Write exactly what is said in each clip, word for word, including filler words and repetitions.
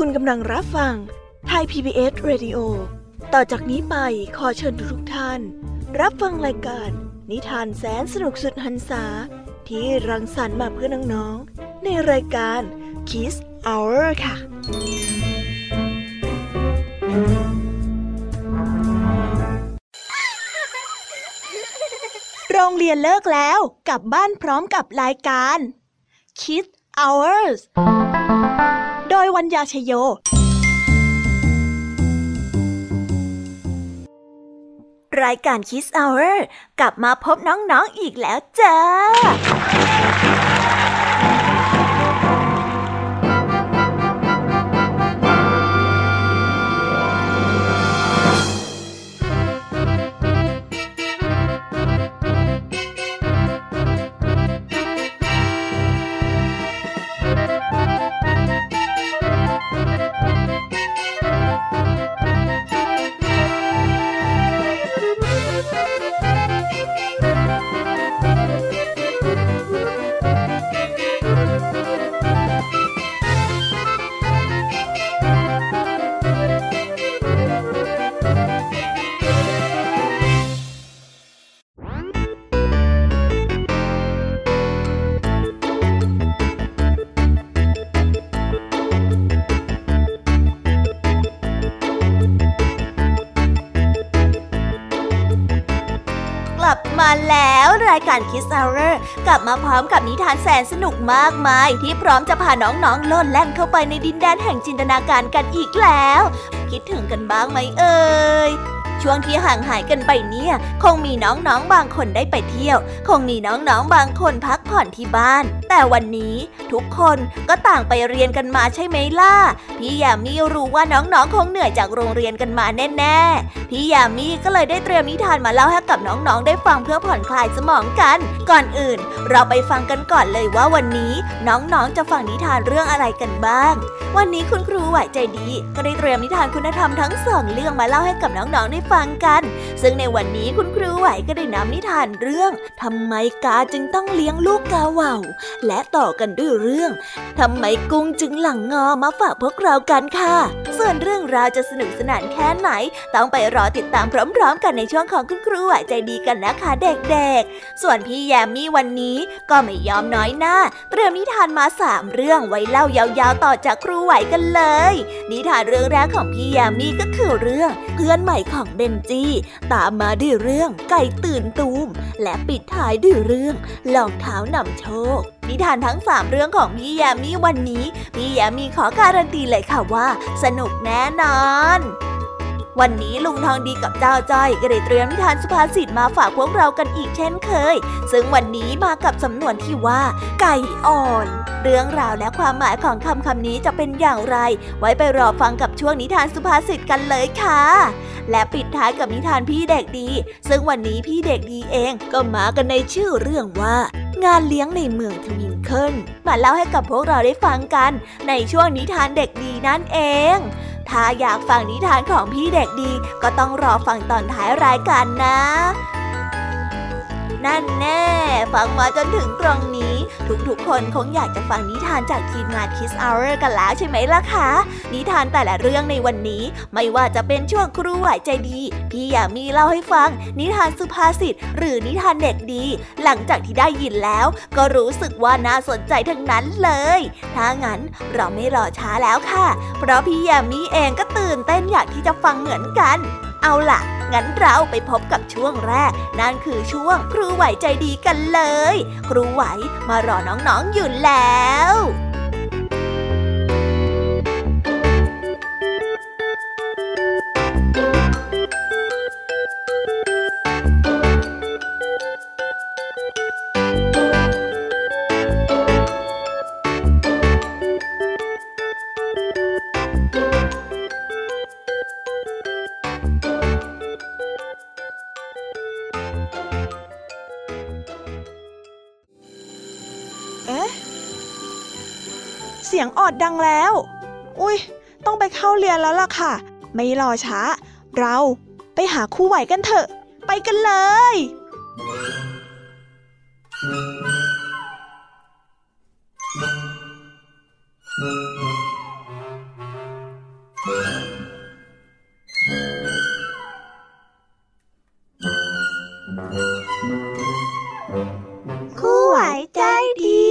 กำลังรับฟังไทย พี บี เอส Radio ต่อจากนี้ไปขอเชิญทุกท่านรับฟังรายการนิทานแสนสนุกสุดหรรษาที่รังสรรค์มาเพื่อน้องๆในรายการ Kids Hour ค่ะโรงเรียนเลิกแล้วกลับบ้านพร้อมกับรายการ Kids Hours โดยวัญญาชโยรายการ Kids Hour กลับมาพบน้องๆอีกแล้วจ้ามาแล้วรายการ Kids Hour กลับมาพร้อมกับนิทานแสนสนุกมากมายที่พร้อมจะพาน้องๆโลดแล่นเข้าไปในดินแดนแห่งจินตนาการกันอีกแล้วคิดถึงกันบ้างไหมเอ่ยช่วงที่ห่างหายกันไปเนี่ยคงมีน้องๆบางคนได้ไปเที่ยวคงมีน้องๆบางคนพักผ่อนที่บ้านแต่วันนี้ทุกคนก็ต่างไปเรียนกันมาใช่ไหมล่ะพี่ยามีรู้ว่าน้องๆคงเหนื่อยจากโรงเรียนกันมาแน่ๆพี่ยามีก็เลยได้เตรียมนิทานมาเล่าให้กับน้องๆได้ฟังเพื่อผ่อนคลายสมองกันก่อนอื่นเราไปฟังกันก่อนเลยว่าวันนี้น้องๆจะฟังนิทานเรื่องอะไรกันบ้างวันนี้คุณครูไหวใจดีก็ได้เตรียมนิทานคุณธรรมทั้งสองเรื่องมาเล่าให้กับน้องๆได้ฟังกันซึ่งในวันนี้คุณครูไหวก็ได้นำนิทานเรื่องทำไมกาจึงต้องเลี้ยงลูกกาเหว่าและต่อกันด้วยเรื่องทำไมกุ้งจึงหลั่งงอมาฝากพวกเรากันค่ะส่วนเรื่องราวจะสนุกสนานแค่ไหนต้องไปรอติดตามพร้อมๆกันในช่วงของคุณครูไหวใจดีกันนะคะเด็กๆส่วนพี่แยมมี่วันนี้ก็ไม่ยอมน้อยหน้าเตรียมนิทานมาสามเรื่องไว้เล่ายาวๆต่อจากครูไหวกันเลยนิทานเรื่องแรกของพี่แยมมี่ก็คือเรื่องเพื่อนใหม่ของเบนจี้ตามมาด้วยเรื่องไก่ตื่นตูมและปิดท้ายด้วยเรื่องรองเท้านำโชคนิทานทั้งสามเรื่องของพี่แยมมี่วันนี้พี่แยมมี่ขอการันตีเลยค่ะว่าสนุกแน่นอนวันนี้ลุงทองดีกับเจ้าจ้อยก็ได้เตรียมนิทานสุภาษิตมาฝากพวกเรากันอีกเช่นเคยซึ่งวันนี้มากับสำนวนที่ว่าไก่อ่อนเรื่องราวและความหมายของคำคำนี้จะเป็นอย่างไรไว้ไปรอฟังกับช่วงนิทานสุภาษิตกันเลยค่ะและปิดท้ายกับนิทานพี่เด็กดีซึ่งวันนี้พี่เด็กดีเองก็มากันในชื่อเรื่องว่างานเลี้ยงในเมืองทวิงเคิลมาเล่าให้กับพวกเราได้ฟังกันในช่วงนิทานเด็กดีนั่นเองถ้าอยากฟังนิทานของพี่เด็กดีก็ต้องรอฟังตอนท้ายรายการนะนั่นแน่ฟังมาจนถึงตรงนี้ทุกๆคนคงอยากจะฟังนิทานจากทีมงาน Kids Hour กันแล้วใช่ไหมล่ะคะนิทานแต่ละเรื่องในวันนี้ไม่ว่าจะเป็นช่วงครูไหวใจดีพี่ยามีเล่าให้ฟังนิทานสุภาษิตหรือนิทานเด็กดีหลังจากที่ได้ยินแล้วก็รู้สึกว่าน่าสนใจทั้งนั้นเลยถ้างั้นเราไม่รอช้าแล้วค่ะเพราะพี่ยามีเองก็ตื่นเต้นอยากที่จะฟังเหมือนกันเอาล่ะงั้นเราไปพบกับช่วงแรกนั่นคือช่วงครูไหวใจดีกันเลยครูไหวมารอน้องๆอยู่แล้วเสียงออดดังแล้วอุ๊ยต้องไปเข้าเรียนแล้วล่ะค่ะไม่รอช้าเราไปหาครูไหวกันเถอะไปกันเลยคครูไหวใจดี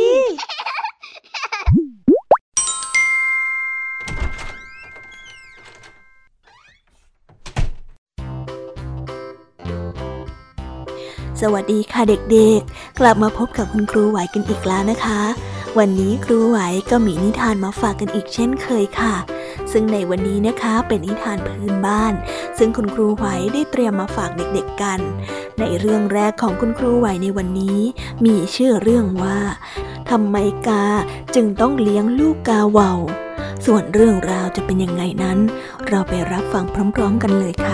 สวัสดีค่ะเด็กๆกลับมาพบกับคุณครูไหวกันอีกแล้วนะคะวันนี้ครูไหวก็มีนิทานมาฝากกันอีกเช่นเคยค่ะซึ่งในวันนี้นะคะเป็นนิทานพื้นบ้านซึ่งคุณครูไหวได้เตรียมมาฝากเด็กๆกันในเรื่องแรกของคุณครูไหวในวันนี้มีชื่อเรื่องว่าทำไมกาจึงต้องเลี้ยงลูกกาเหว่าส่วนเรื่องราวจะเป็นยังไงนั้นเราไปรับฟังพร้อมๆกันเลยค่ะ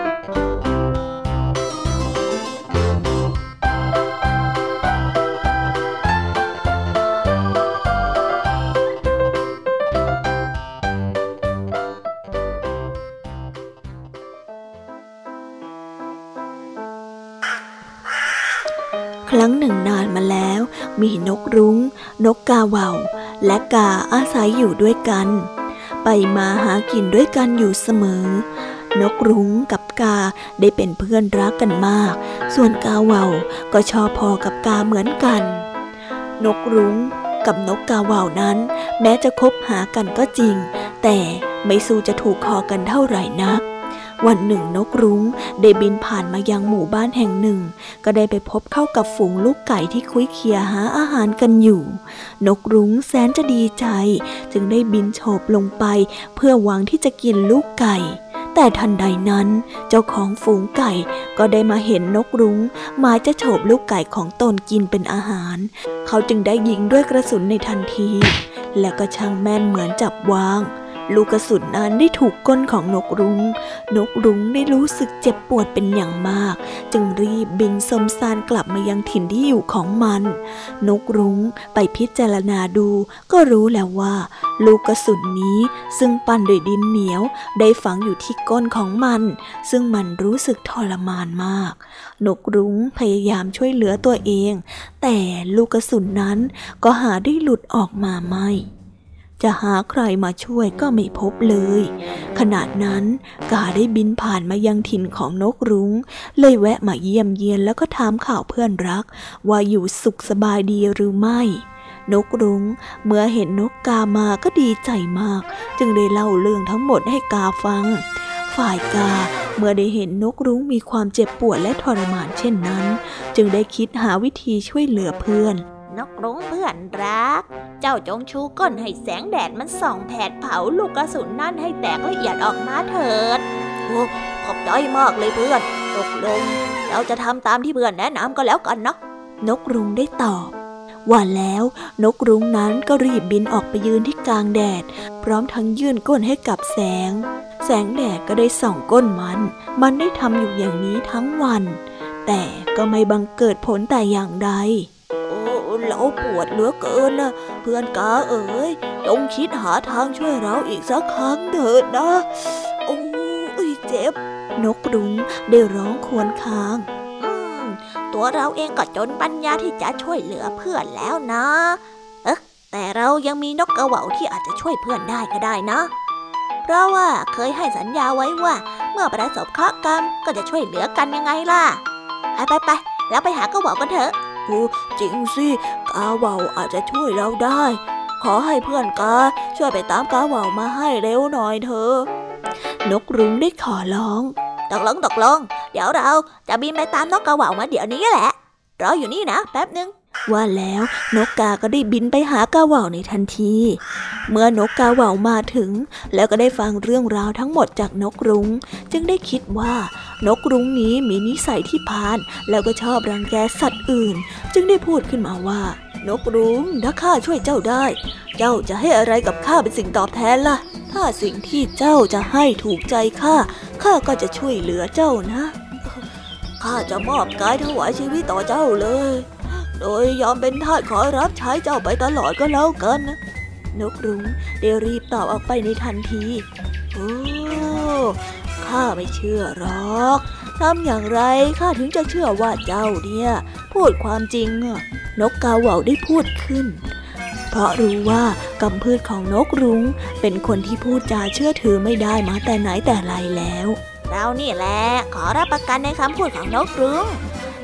ครั้งหนึ่งนานมาแล้วมีนกรุ้งนกกาเหว่าและกาอาศัยอยู่ด้วยกันไปมาหากินด้วยกันอยู่เสมอนกรุ้งกับกาได้เป็นเพื่อนรักกันมากส่วนกาเหว่าก็ชอบพอกับกาเหมือนกันนกรุ้งกับนกกาเหว่านั้นแม้จะคบหากันก็จริงแต่ไม่สู้จะถูกคอกันเท่าไหร่นักวันหนึ่งนกรุ้งได้บินผ่านมายังหมู่บ้านแห่งหนึ่งก็ได้ไปพบเข้ากับฝูงลูกไก่ที่คุ้ยเคียหาอาหารกันอยู่นกรุ้งแสนจะดีใจจึงได้บินโฉบลงไปเพื่อหวังที่จะกินลูกไก่แต่ทันใดนั้นเจ้าของฝูงไก่ก็ได้มาเห็นนกรุ้งหมายจะโฉบลูกไก่ของตนกินเป็นอาหารเขาจึงได้ยิงด้วยกระสุนในทันทีและก็ช่างแม่นเหมือนจับวางลูกกระสุนนั้นได้ถูกก้นของนกรุ้งนกรุ้งได้รู้สึกเจ็บปวดเป็นอย่างมากจึงรีบบินสมสารกลับมายังถิ่นที่อยู่ของมันนกรุ้งไปพิจารณาดูก็รู้แล้วว่าลูกกระสุนนี้ซึ่งปั้นด้วยดินเหนียวได้ฝังอยู่ที่ก้นของมันซึ่งมันรู้สึกทรมานมากนกรุ้งพยายามช่วยเหลือตัวเองแต่ลูกกระสุนนั้นก็หาได้หลุดออกมาไม่จะหาใครมาช่วยก็ไม่พบเลยขณะนั้นกาได้บินผ่านมายังถิ่นของนกรุ้งเลยแวะมาเยี่ยมเยียนแล้วก็ถามข่าวเพื่อนรักว่าอยู่สุขสบายดีหรือไม่นกรุ้งเมื่อเห็นนกกามาก็ดีใจมากจึงได้เล่าเรื่องทั้งหมดให้กาฟังฝ่ายกาเมื่อได้เห็นนกรุ้งมีความเจ็บปวดและทรมานเช่นนั้นจึงได้คิดหาวิธีช่วยเหลือเพื่อนนกรุ้งเพื่อนรักเจ้าจงชูก้นให้แสงแดดมันส่องแผดเผาลูกกระสุนนั่นให้แตกละเอียดออกมาเถิดโอ้ขอบใจมากเลยเพื่อนตกลงเราจะทำตามที่เพื่อนแนะนำก็แล้วกันนะนกรุ้งได้ตอบว่าแล้วนกรุ้งนั้นก็รีบบินออกไปยืนที่กลางแดดพร้อมทั้งยื่นก้นให้กับแสงแสงแดดก็ได้ส่องก้นมันมันได้ทำอยู่อย่างนี้ทั้งวันแต่ก็ไม่บังเกิดผลแต่อย่างใดเราปวดเหลือเกินนะเพื่อนกาเอ๋ยจงคิดหาทางช่วยเราอีกสักครั้งเถิดนะโอ้ยเจ็บนกรุ้งได้ร้องครวญครางอืมตัวเราเองก็จนปัญญาที่จะช่วยเหลือเพื่อนแล้วนะเอ๊ะแต่เรายังมีนกกระเหว่าที่อาจจะช่วยเพื่อนได้ก็ได้นะเพราะว่าเคยให้สัญญาไว้ว่าเมื่อประสบเคราะห์กรรมก็จะช่วยเหลือกันยังไงล่ะไปไปไปแล้วไปหากระเหว่ากันเถอะจริงสิกาเหว่าอาจจะช่วยเราได้ขอให้เพื่อนกาช่วยไปตามกาเหว่ามาให้เร็วหน่อยเถอะนกรุ้งได้ขอร้องตกลงตกลงเดี๋ยวเราจะบินไปตามนกกาเหว่ามาเดี๋ยวนี้แหละรออยู่นี่นะแป๊บนึงว่าแล้วนกกาก็ได้บินไปหากาเหว่าในทันทีเมื่อนกกาเหว่ามาถึงแล้วก็ได้ฟังเรื่องราวทั้งหมดจากนกรุ้งจึงได้คิดว่านกรุ้งนี้มีนิสัยที่พาลแล้วก็ชอบรังแกสัตว์อื่นจึงได้พูดขึ้นมาว่านกรุ้งถ้าข้าช่วยเจ้าได้เจ้าจะให้อะไรกับข้าเป็นสิ่งตอบแทนล่ะถ้าสิ่งที่เจ้าจะให้ถูกใจข้าข้าก็จะช่วยเหลือเจ้านะข้าจะมอบกายถวายชีวิตต่อเจ้าเลยโดยยอมเป็นทาสขอรับใช้เจ้าไปตลอดก็แล้วกันนะนกรุ้งได้รีบตอบออกไปในทันทีโอ้ข้าไม่เชื่อหรอกทำอย่างไรข้าถึงจะเชื่อว่าเจ้าเนี่ยพูดความจริงนกกาเหว่าได้พูดขึ้นเพราะรู้ว่ากำพืชของนกรุ้งเป็นคนที่พูดจาเชื่อถือไม่ได้มาแต่ไหนแต่ไรแล้วเรานี่แหละขอรับประกันในคำพูดของนกรุ้ง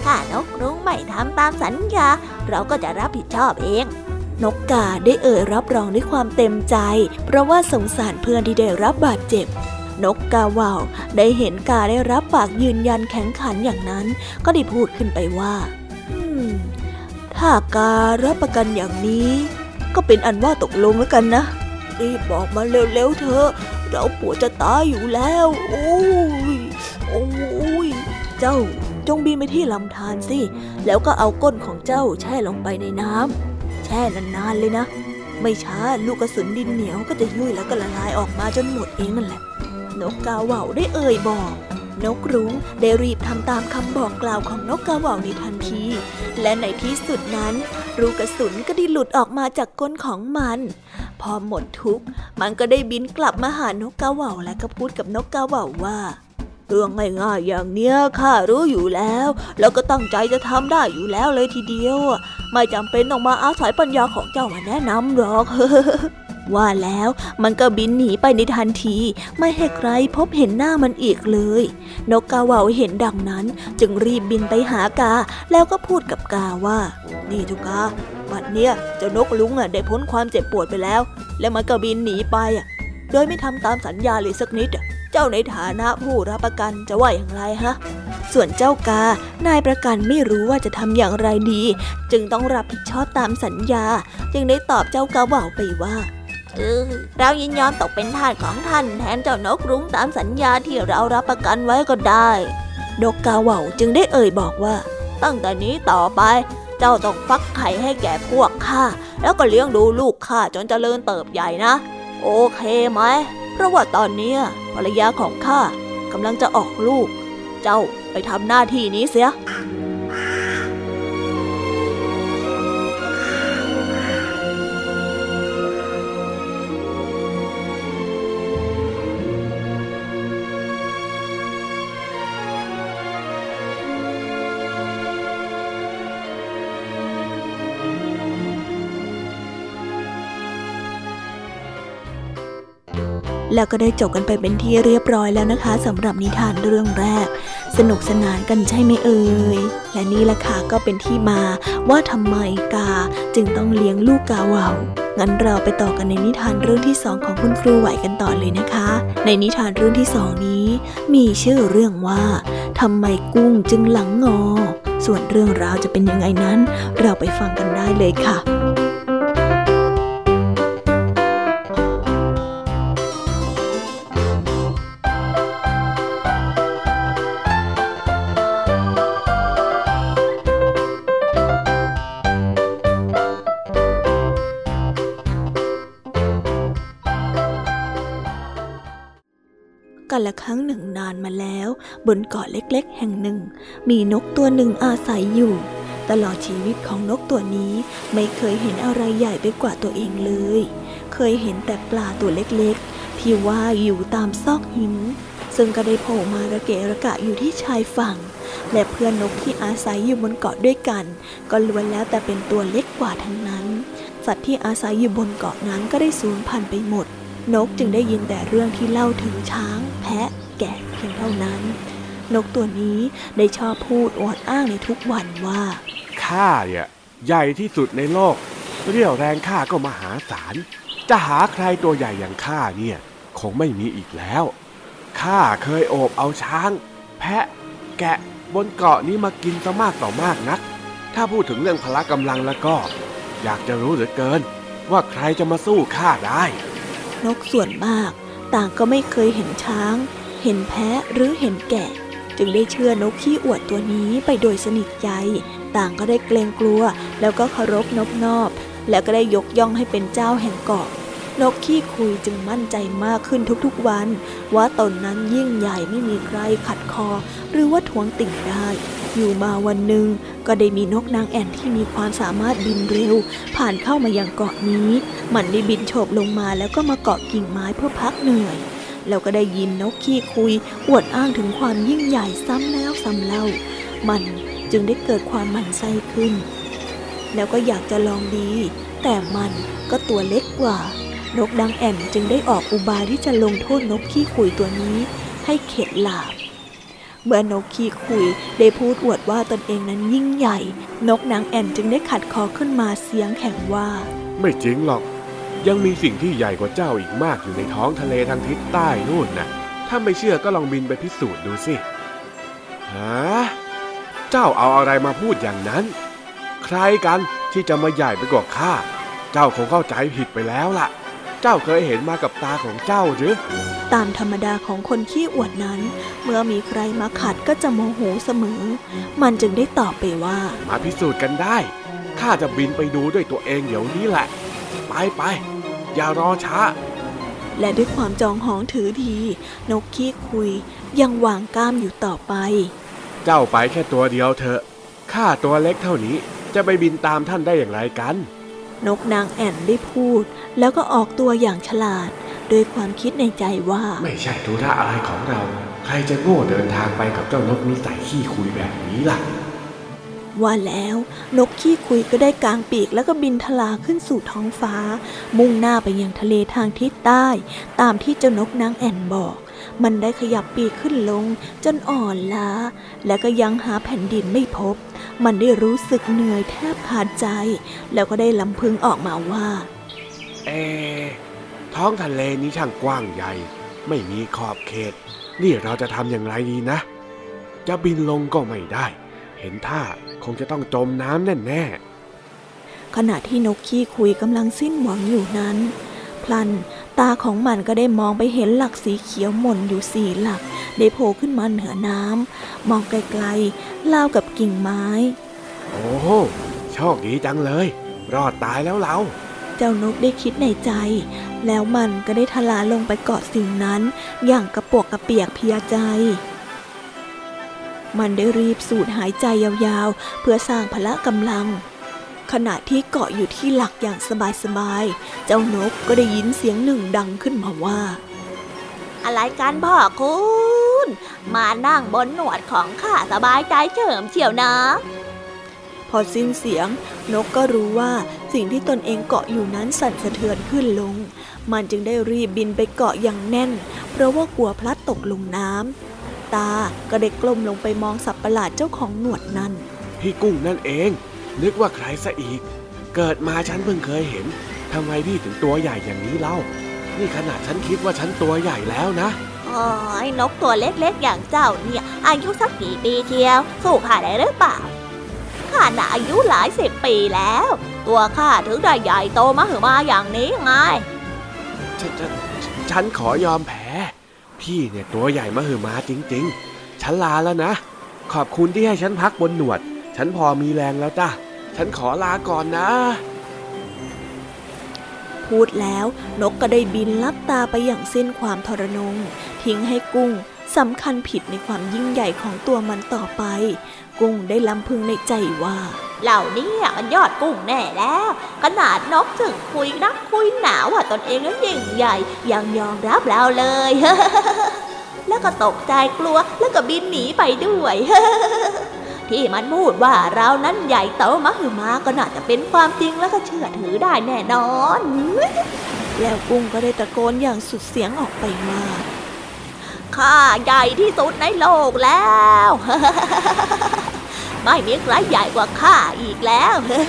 ถ้านกรุ้งไม่ทำตามสัญญาเราก็จะรับผิดชอบเองนกกาได้เอ่ยรับรองด้วยความเต็มใจเพราะว่าสงสารเพื่อนที่ได้รับบาดเจ็บนกกาว่าวได้เห็นกาได้รับปากยืนยันแข็งขันอย่างนั้นก็ได้พูดขึ้นไปว่าอืมถ้าการรับประกันอย่างนี้ก็เป็นอันว่าตกลงแล้วกันนะรีบบอกมาเร็วๆเถอะเราปวดจะตายอยู่แล้วโอ้ยโอ้ยเจ้าจงบินไปที่ลำธารสิแล้วก็เอาก้นของเจ้าแช่ลงไปในน้ำแช่นานๆเลยนะไม่ช้าลูกกระสุนดินเหนียวก็จะยุ่ยแล้วก็ละลายออกมาจนหมดเองนั่นแหละนกกาเหว่าได้เอ่ยบอกนกรุ้งได้รีบทำตามคำบอกกล่าวของนกกาเหว่าในทันทีและในที่สุดนั้นลูกกระสุนก็ได้หลุดออกมาจากก้นของมันพอหมดทุกข์มันก็ได้บินกลับมาหานกกาเหว่าและก็พูดกับนกกาเหว่าว่าเรื่องง่ายๆอย่างเนี้ยข้ารู้อยู่แล้วแล้วก็ตั้งใจจะทำได้อยู่แล้วเลยทีเดียวไม่จำเป็นต้องมาอาศัยปัญญาของเจ้ามาแนะนำหรอก ว่าแล้วมันก็บินหนีไปในทันทีไม่ให้ใครพบเห็นหน้ามันอีกเลยนกกาเหว่าเห็นดังนั้นจึงรีบบินไปหากาแล้วก็พูดกับกาว่านี่ทุกกาบัดเนี้ยเจ้านกลุงอ่ะได้พ้นความเจ็บปวดไปแล้วแล้วมันก็บินหนีไปอ่ะโดยไม่ทำตามสัญญาเลยสักนิดอ่ะเจ้าในฐานะผู้รับประกันจะว่าอย่างไรฮะส่วนเจ้ากานายประกันไม่รู้ว่าจะทำอย่างไรดีจึงต้องรับผิดชอบตามสัญญาจึงได้ตอบเจ้ากาเหว่าไปว่าเออเรายินยอมตกเป็นทาสของท่านแทนเจ้านกรุ้งตามสัญญาที่เรารับประกันไว้ก็ได้นกกาเหว่าจึงได้เอ่ยบอกว่าตั้งแต่นี้ต่อไปเจ้าต้องฟักไข่ให้แก่พวกข้าแล้วก็เลี้ยงดูลูกข้าจนเจริญเติบใหญ่นะโอเคไหมเพราะว่าตอนนี้ภรรยาของข้ากำลังจะออกลูกเจ้าไปทำหน้าที่นี้เสียแล้วก็ได้จบกันไปเป็นที่เรียบร้อยแล้วนะคะสำหรับนิทานเรื่องแรกสนุกสนานกันใช่ไหมเอ่ยและนี่ล่ะค่ะก็เป็นที่มาว่าทำไมกาจึงต้องเลี้ยงลูกกาเหว่างั้นเราไปต่อกันในนิทานเรื่องที่สองของคุณครูไหวกันต่อเลยนะคะในนิทานเรื่องที่สองนี้มีชื่อเรื่องว่าทำไมกุ้งจึงหลังงอส่วนเรื่องราวจะเป็นยังไงนั้นเราไปฟังกันได้เลยค่ะกันละครั้งหนึ่งนานมาแล้วบนเกาะเล็กๆแห่งหนึ่งมีนกตัวหนึ่งอาศัยอยู่ตลอดชีวิตของนกตัวนี้ไม่เคยเห็นอะไรใหญ่ไปกว่าตัวเองเลยเคยเห็นแต่ปลาตัวเล็กๆที่ว่ายอยู่ตามซอกหินซึ่งก็ได้โผล่มาระเกะระกะอยู่ที่ชายฝั่งและเพื่อนนกที่อาศัยอยู่บนเกาะด้วยกันก็ล้วนแล้วแต่เป็นตัวเล็กกว่าทั้งนั้นสัตว์ที่อาศัยอยู่บนเกาะนั้นก็ได้สูญพันธุ์ไปหมดนกจึงได้ยินแต่เรื่องที่เล่าถึงช้างแพะแกะเพียงเท่านั้นนกตัวนี้ได้ชอบพูดอวดอ้างในทุกวันว่าข้าเนี่ยใหญ่ที่สุดในโลกเรี่ยวแรงข้าก็มหาศาลจะหาใครตัวใหญ่อย่างข้าเนี่ยคงไม่มีอีกแล้วข้าเคยโอบเอาช้างแพะแกะบนเกาะนี้มากินซะมากต่อมากนักถ้าพูดถึงเรื่องพละกำลังแล้วก็อยากจะรู้เหลือเกินว่าใครจะมาสู้ข้าได้นกส่วนมากต่างก็ไม่เคยเห็นช้างเห็นแพะหรือเห็นแกะจึงได้เชื่อนกขี้อวดตัวนี้ไปโดยสนิทใจต่างก็ได้เกรงกลัวแล้วก็เคารพนบนอบแล้วก็ได้ยกย่องให้เป็นเจ้าแห่งเกาะนกขี้คุยจึงมั่นใจมากขึ้นทุกๆวันว่าตนนั้นยิ่งใหญ่ไม่มีใครขัดคอหรือว่าทวงติ่งได้อยู่มาวันหนึ่งก็ได้มีนกนางแอ่นที่มีความสามารถบินเร็วผ่านเข้ามายังเกาะนี้มันได้บินโฉบลงมาแล้วก็มาเกาะกิ่งไม้เพื่อพักเหนื่อยแล้วก็ได้ยินนกขี้คุยอวดอ้างถึงความยิ่งใหญ่ซ้ำแล้วซ้ำเล่ามันจึงได้เกิดความหมั่นไส้ขึ้นแล้วก็อยากจะลองดีแต่มันก็ตัวเล็กกว่านกนางแอ่นจึงได้ออกอุบายที่จะลงโทษนกขี้คุยตัวนี้ให้เข็ดหลาบเมื่อนกขี้คุยได้พูดอวดว่าตนเองนั้นยิ่งใหญ่นกนางแอ่นจึงได้ขัดคอขึ้นมาเสียงแข็งว่าไม่จริงหรอกยังมีสิ่งที่ใหญ่กว่าเจ้าอีกมากอยู่ในท้องทะเลทางทิศใต้นู่นนะถ้าไม่เชื่อก็ลองบินไปพิสูจน์ดูสิฮะเจ้าเอาอะไรมาพูดอย่างนั้นใครกันที่จะมาใหญ่ไปกว่าข้าเจ้าคงเข้าใจผิดไปแล้วล่ะเจ้าเคยเห็นมากับตาของเจ้าหรือตามธรรมดาของคนขี้อวดนั้นเมื่อมีใครมาขัดก็จะโมโหเสมอมันจึงได้ตอบไปว่ามาพิสูจน์กันได้ข้าจะบินไปดูด้วยตัวเองเดี๋ยวนี้แหละไปไปอย่ารอช้าและด้วยความจองหองถือดีนกขี้คุยยังวางก้ามอยู่ต่อไปเจ้าไปแค่ตัวเดียวเถอะข้าตัวเล็กเท่านี้จะไปบินตามท่านได้อย่างไรกันนกนางแอ่นได้พูดแล้วก็ออกตัวอย่างฉลาดด้วยความคิดในใจว่าไม่ใช่ธุระอะไรของเราใครจะโง่เดินทางไปกับเจ้านกนิสัยขี้คุยแบบนี้ล่ะว่าแล้วนกขี้คุยก็ได้กางปีกแล้วก็บินทลาขึ้นสู่ท้องฟ้ามุ่งหน้าไปยังทะเลทางทิศใต้ตามที่เจ้านกนางแอ่นบอกมันได้ขยับปีกขึ้นลงจนอ่อนล้าและก็ยังหาแผ่นดินไม่พบมันได้รู้สึกเหนื่อยแทบขาดใจแล้วก็ได้ลำพึงออกมาว่าเอ๊ะท้องทะเลนี้ช่างกว้างใหญ่ไม่มีขอบเขตนี่เราจะทำอย่างไรดีนะจะบินลงก็ไม่ได้เห็นท่าคงจะต้องจมน้ำแน่ๆขณะที่นกขี้คุยกำลังสิ้นหวังอยู่นั้นพลันตาของมันก็ได้มองไปเห็นหลักสีเขียวหม่นอยู่สี่หลักได้โผล่ขึ้นมาเหนือน้ำมองไกลๆราวกับกิ่งไม้โอ้โหโชคดีจังเลยรอดตายแล้วเราเจ้านกได้คิดในใจแล้วมันก็ได้ทลาลงไปเกาะสิ่งนั้นอย่างกระปวกกระเปียกเพลียใจมันได้รีบสูดหายใจยาวๆเพื่อสร้างพละกำลังขณะที่เกาะอยู่ที่หลักอย่างสบายๆเจ้านกก็ได้ยินเสียงหนึ่งดังขึ้นมาว่าอะไรกันพ่อคุณมานั่งบนหนวดของข้าสบายใจเฉิมเฉียวนะพอสิ้นเสียงนกก็รู้ว่าสิ่งที่ตนเองเกาะอยู่นั้นสั่นสะเทือนขึ้นลงมันจึงได้รีบบินไปเกาะอย่างแน่นเพราะว่ากลัวพลัดตกลงน้ำตาก็ได้กลมลงไปมองสัตว์ประหลาดเจ้าของหนวดนั้นพี่กุ้งนั่นเองนึกว่าใครซะอีกเกิดมาฉันเพิ่งเคยเห็นทำไมพี่ถึงตัวใหญ่อย่างนี้เล่านี่ขนาดฉันคิดว่าฉันตัวใหญ่แล้วนะอ๋อไอ้นกตัวเล็กๆอย่างเจ้าเนี่ยอายุสักกี่ปีเชียวสู้ข้าได้หรือเปล่าข้าน่ะอายุหลายสิบปีแล้วตัวข้าถึงได้ใหญ่โตมหึมาอย่างนี้ไงฉันฉันขอยอมแพ้พี่เนี่ยตัวใหญ่มหึมาจริงๆฉันลาแล้วนะขอบคุณที่ให้ฉันพักบนหนวดฉันพอมีแรงแล้วจ้ะฉันขอลาก่อนนะพูดแล้วนกก็ได้บินลับตาไปอย่างสิ้นความทรนงทิ้งให้กุ้งสำคัญผิดในความยิ่งใหญ่ของตัวมันต่อไปกุ้งได้ลำพึงในใจว่าเหล่านี้มันยอดกุ้งแน่แล้วขนาดนกถึงคุยนักคุยหนาวว่าตนเองนั้นยิ่งใหญ่ยังยอมรับเราเลย แล้วก็ตกใจกลัวแล้วก็บินหนีไปด้วย ที่มันพูดว่าเรานั้นใหญ่โตมหึมาก็น่าจะเป็นความจริงแล้วก็เชื่อถือได้แน่นอนแล้วกุ้งก็ได้ตะโกนอย่างสุดเสียงออกไปว่าข้าใหญ่ที่สุดในโลกแล้ว ไม่มีใครใหญ่กว่าข้าอีกแล้ว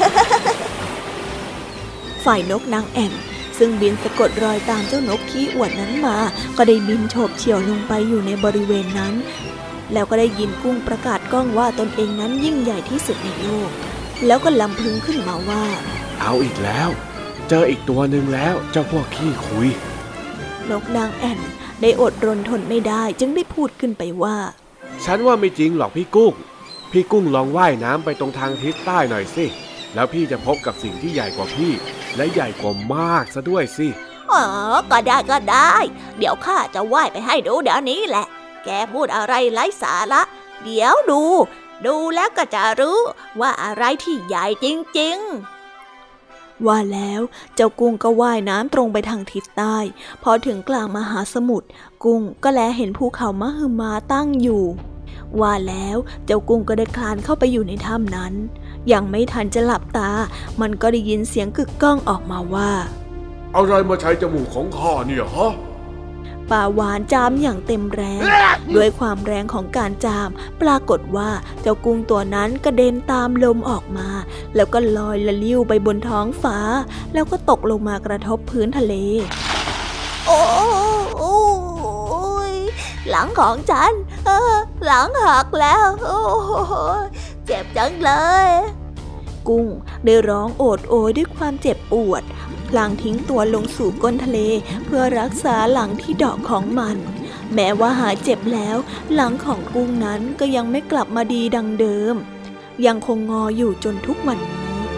ฝ่ายนกนางแอ่นซึ่งบินสะกดรอยตามเจ้านกขี้อวดนั้นมาก็ได้บินโฉบเฉี่ยวลงไปอยู่ในบริเวณนั้นแล้วก็ได้ยินกุ้งประกาศก้องว่าตนเองนั้นยิ่งใหญ่ที่สุดในโลกแล้วก็ลำพึงขึ้นมาว่าเอาอีกแล้วเจออีกตัวหนึ่งแล้วเจ้าพวกขี้คุยนกนางแอ่นได้อดรนทนไม่ได้จึงได้พูดขึ้นไปว่าฉันว่าไม่จริงหรอกพี่กุ้งพี่กุ้งลองว่ายน้ำไปตรงทางทิศใต้หน่อยสิแล้วพี่จะพบกับสิ่งที่ใหญ่กว่าพี่และใหญ่กว่ามากซะด้วยสิอ๋อก็ได้ก็ได้เดี๋ยวข้าจะว่ายไปให้ดูเดี๋ยวนี้แหละแกพูดอะไรไร้สาระเดี๋ยวดูดูแล้วก็จะรู้ว่าอะไรที่ใหญ่จริงๆว่าแล้วเจ้ากุ้งก็ว่ายน้ำตรงไปทางทิศใต้พอถึงกลางมหาสมุทรกุ้งก็แลเห็นภูเขามหึมาตั้งอยู่ว่าแล้วเจ้ากุ้งก็ได้คลานเข้าไปอยู่ในถ้ำนั้นยังไม่ทันจะหลับตามันก็ได้ยินเสียงกึกก้องออกมาว่าอะไรมาใช้จมูกของข้าเนี่ยฮะป่าหวานจามอย่างเต็มแรงด้วยความแรงของการจามปรากฏว่าเจ้ากุ้งตัวนั้นกระเด็นตามลมออกมาแล้วก็ลอยละลิ้วไปบนท้องฟ้าแล้วก็ตกลงมากระทบพื้นทะเลโอ้โอ้ยหลังของฉันเออหลังหักแล้วโอ้เจ็บจังเลยกุ้งได้ร้องโอดโอยด้วยความเจ็บปวดพลางทิ้งตัวลงสู่ก้นทะเลเพื่อรักษาหลังที่ดอกของมันแม้ว่าหายเจ็บแล้วหลังของกุ้งนั้นก็ยังไม่กลับมาดีดังเดิมยังคงงออยู่จนทุกวันนี้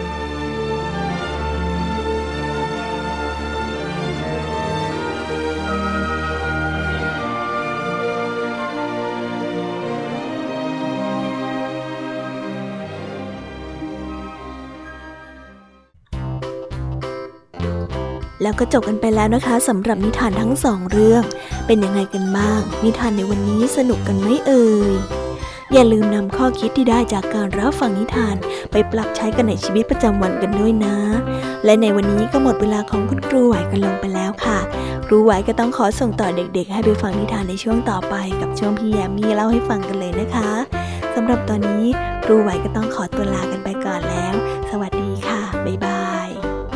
แล้วก็จบกันไปแล้วนะคะสำหรับนิทานทั้งสองเรื่องเป็นยังไงกันบ้างนิทานในวันนี้สนุกกันไหมเอ่ยอย่าลืมนำข้อคิดที่ได้จากการรับฟังนิทานไปปรับใช้กันในชีวิตประจำวันกันด้วยนะและในวันนี้ก็หมดเวลาของคุณครูไหวกันลงไปแล้วค่ะครูไหวก็ต้องขอส่งต่อเด็กๆให้ไปฟังนิทานในช่วงต่อไปกับช่วงพี่แยมมี่เล่าให้ฟังกันเลยนะคะสำหรับตอนนี้ครูไหวก็ต้องขอตัวลากันไปก่อนแล้วสวัสดีค่ะบ๊ายบาย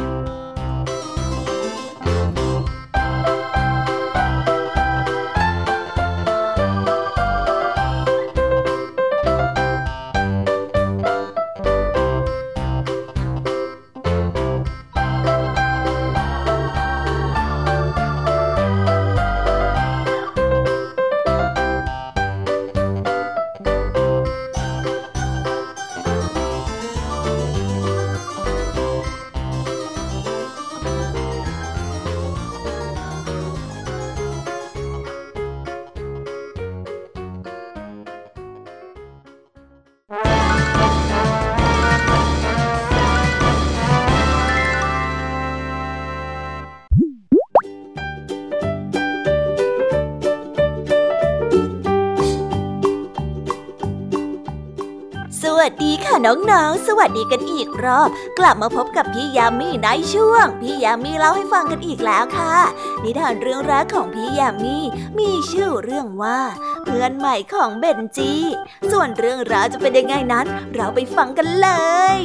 สวัสดีค่ะน้องๆสวัสดีกันอีกรอบกลับมาพบกับพี่ยามีในช่วงพี่ยามีเล่าให้ฟังกันอีกแล้วค่ะนิทานเรื่องแรกของพี่ยามีมีชื่อเรื่องว่าเพื่อนใหม่ของเบนจีส่วนเรื่องราวจะเป็นยังไงนั้นเราไปฟังกันเลย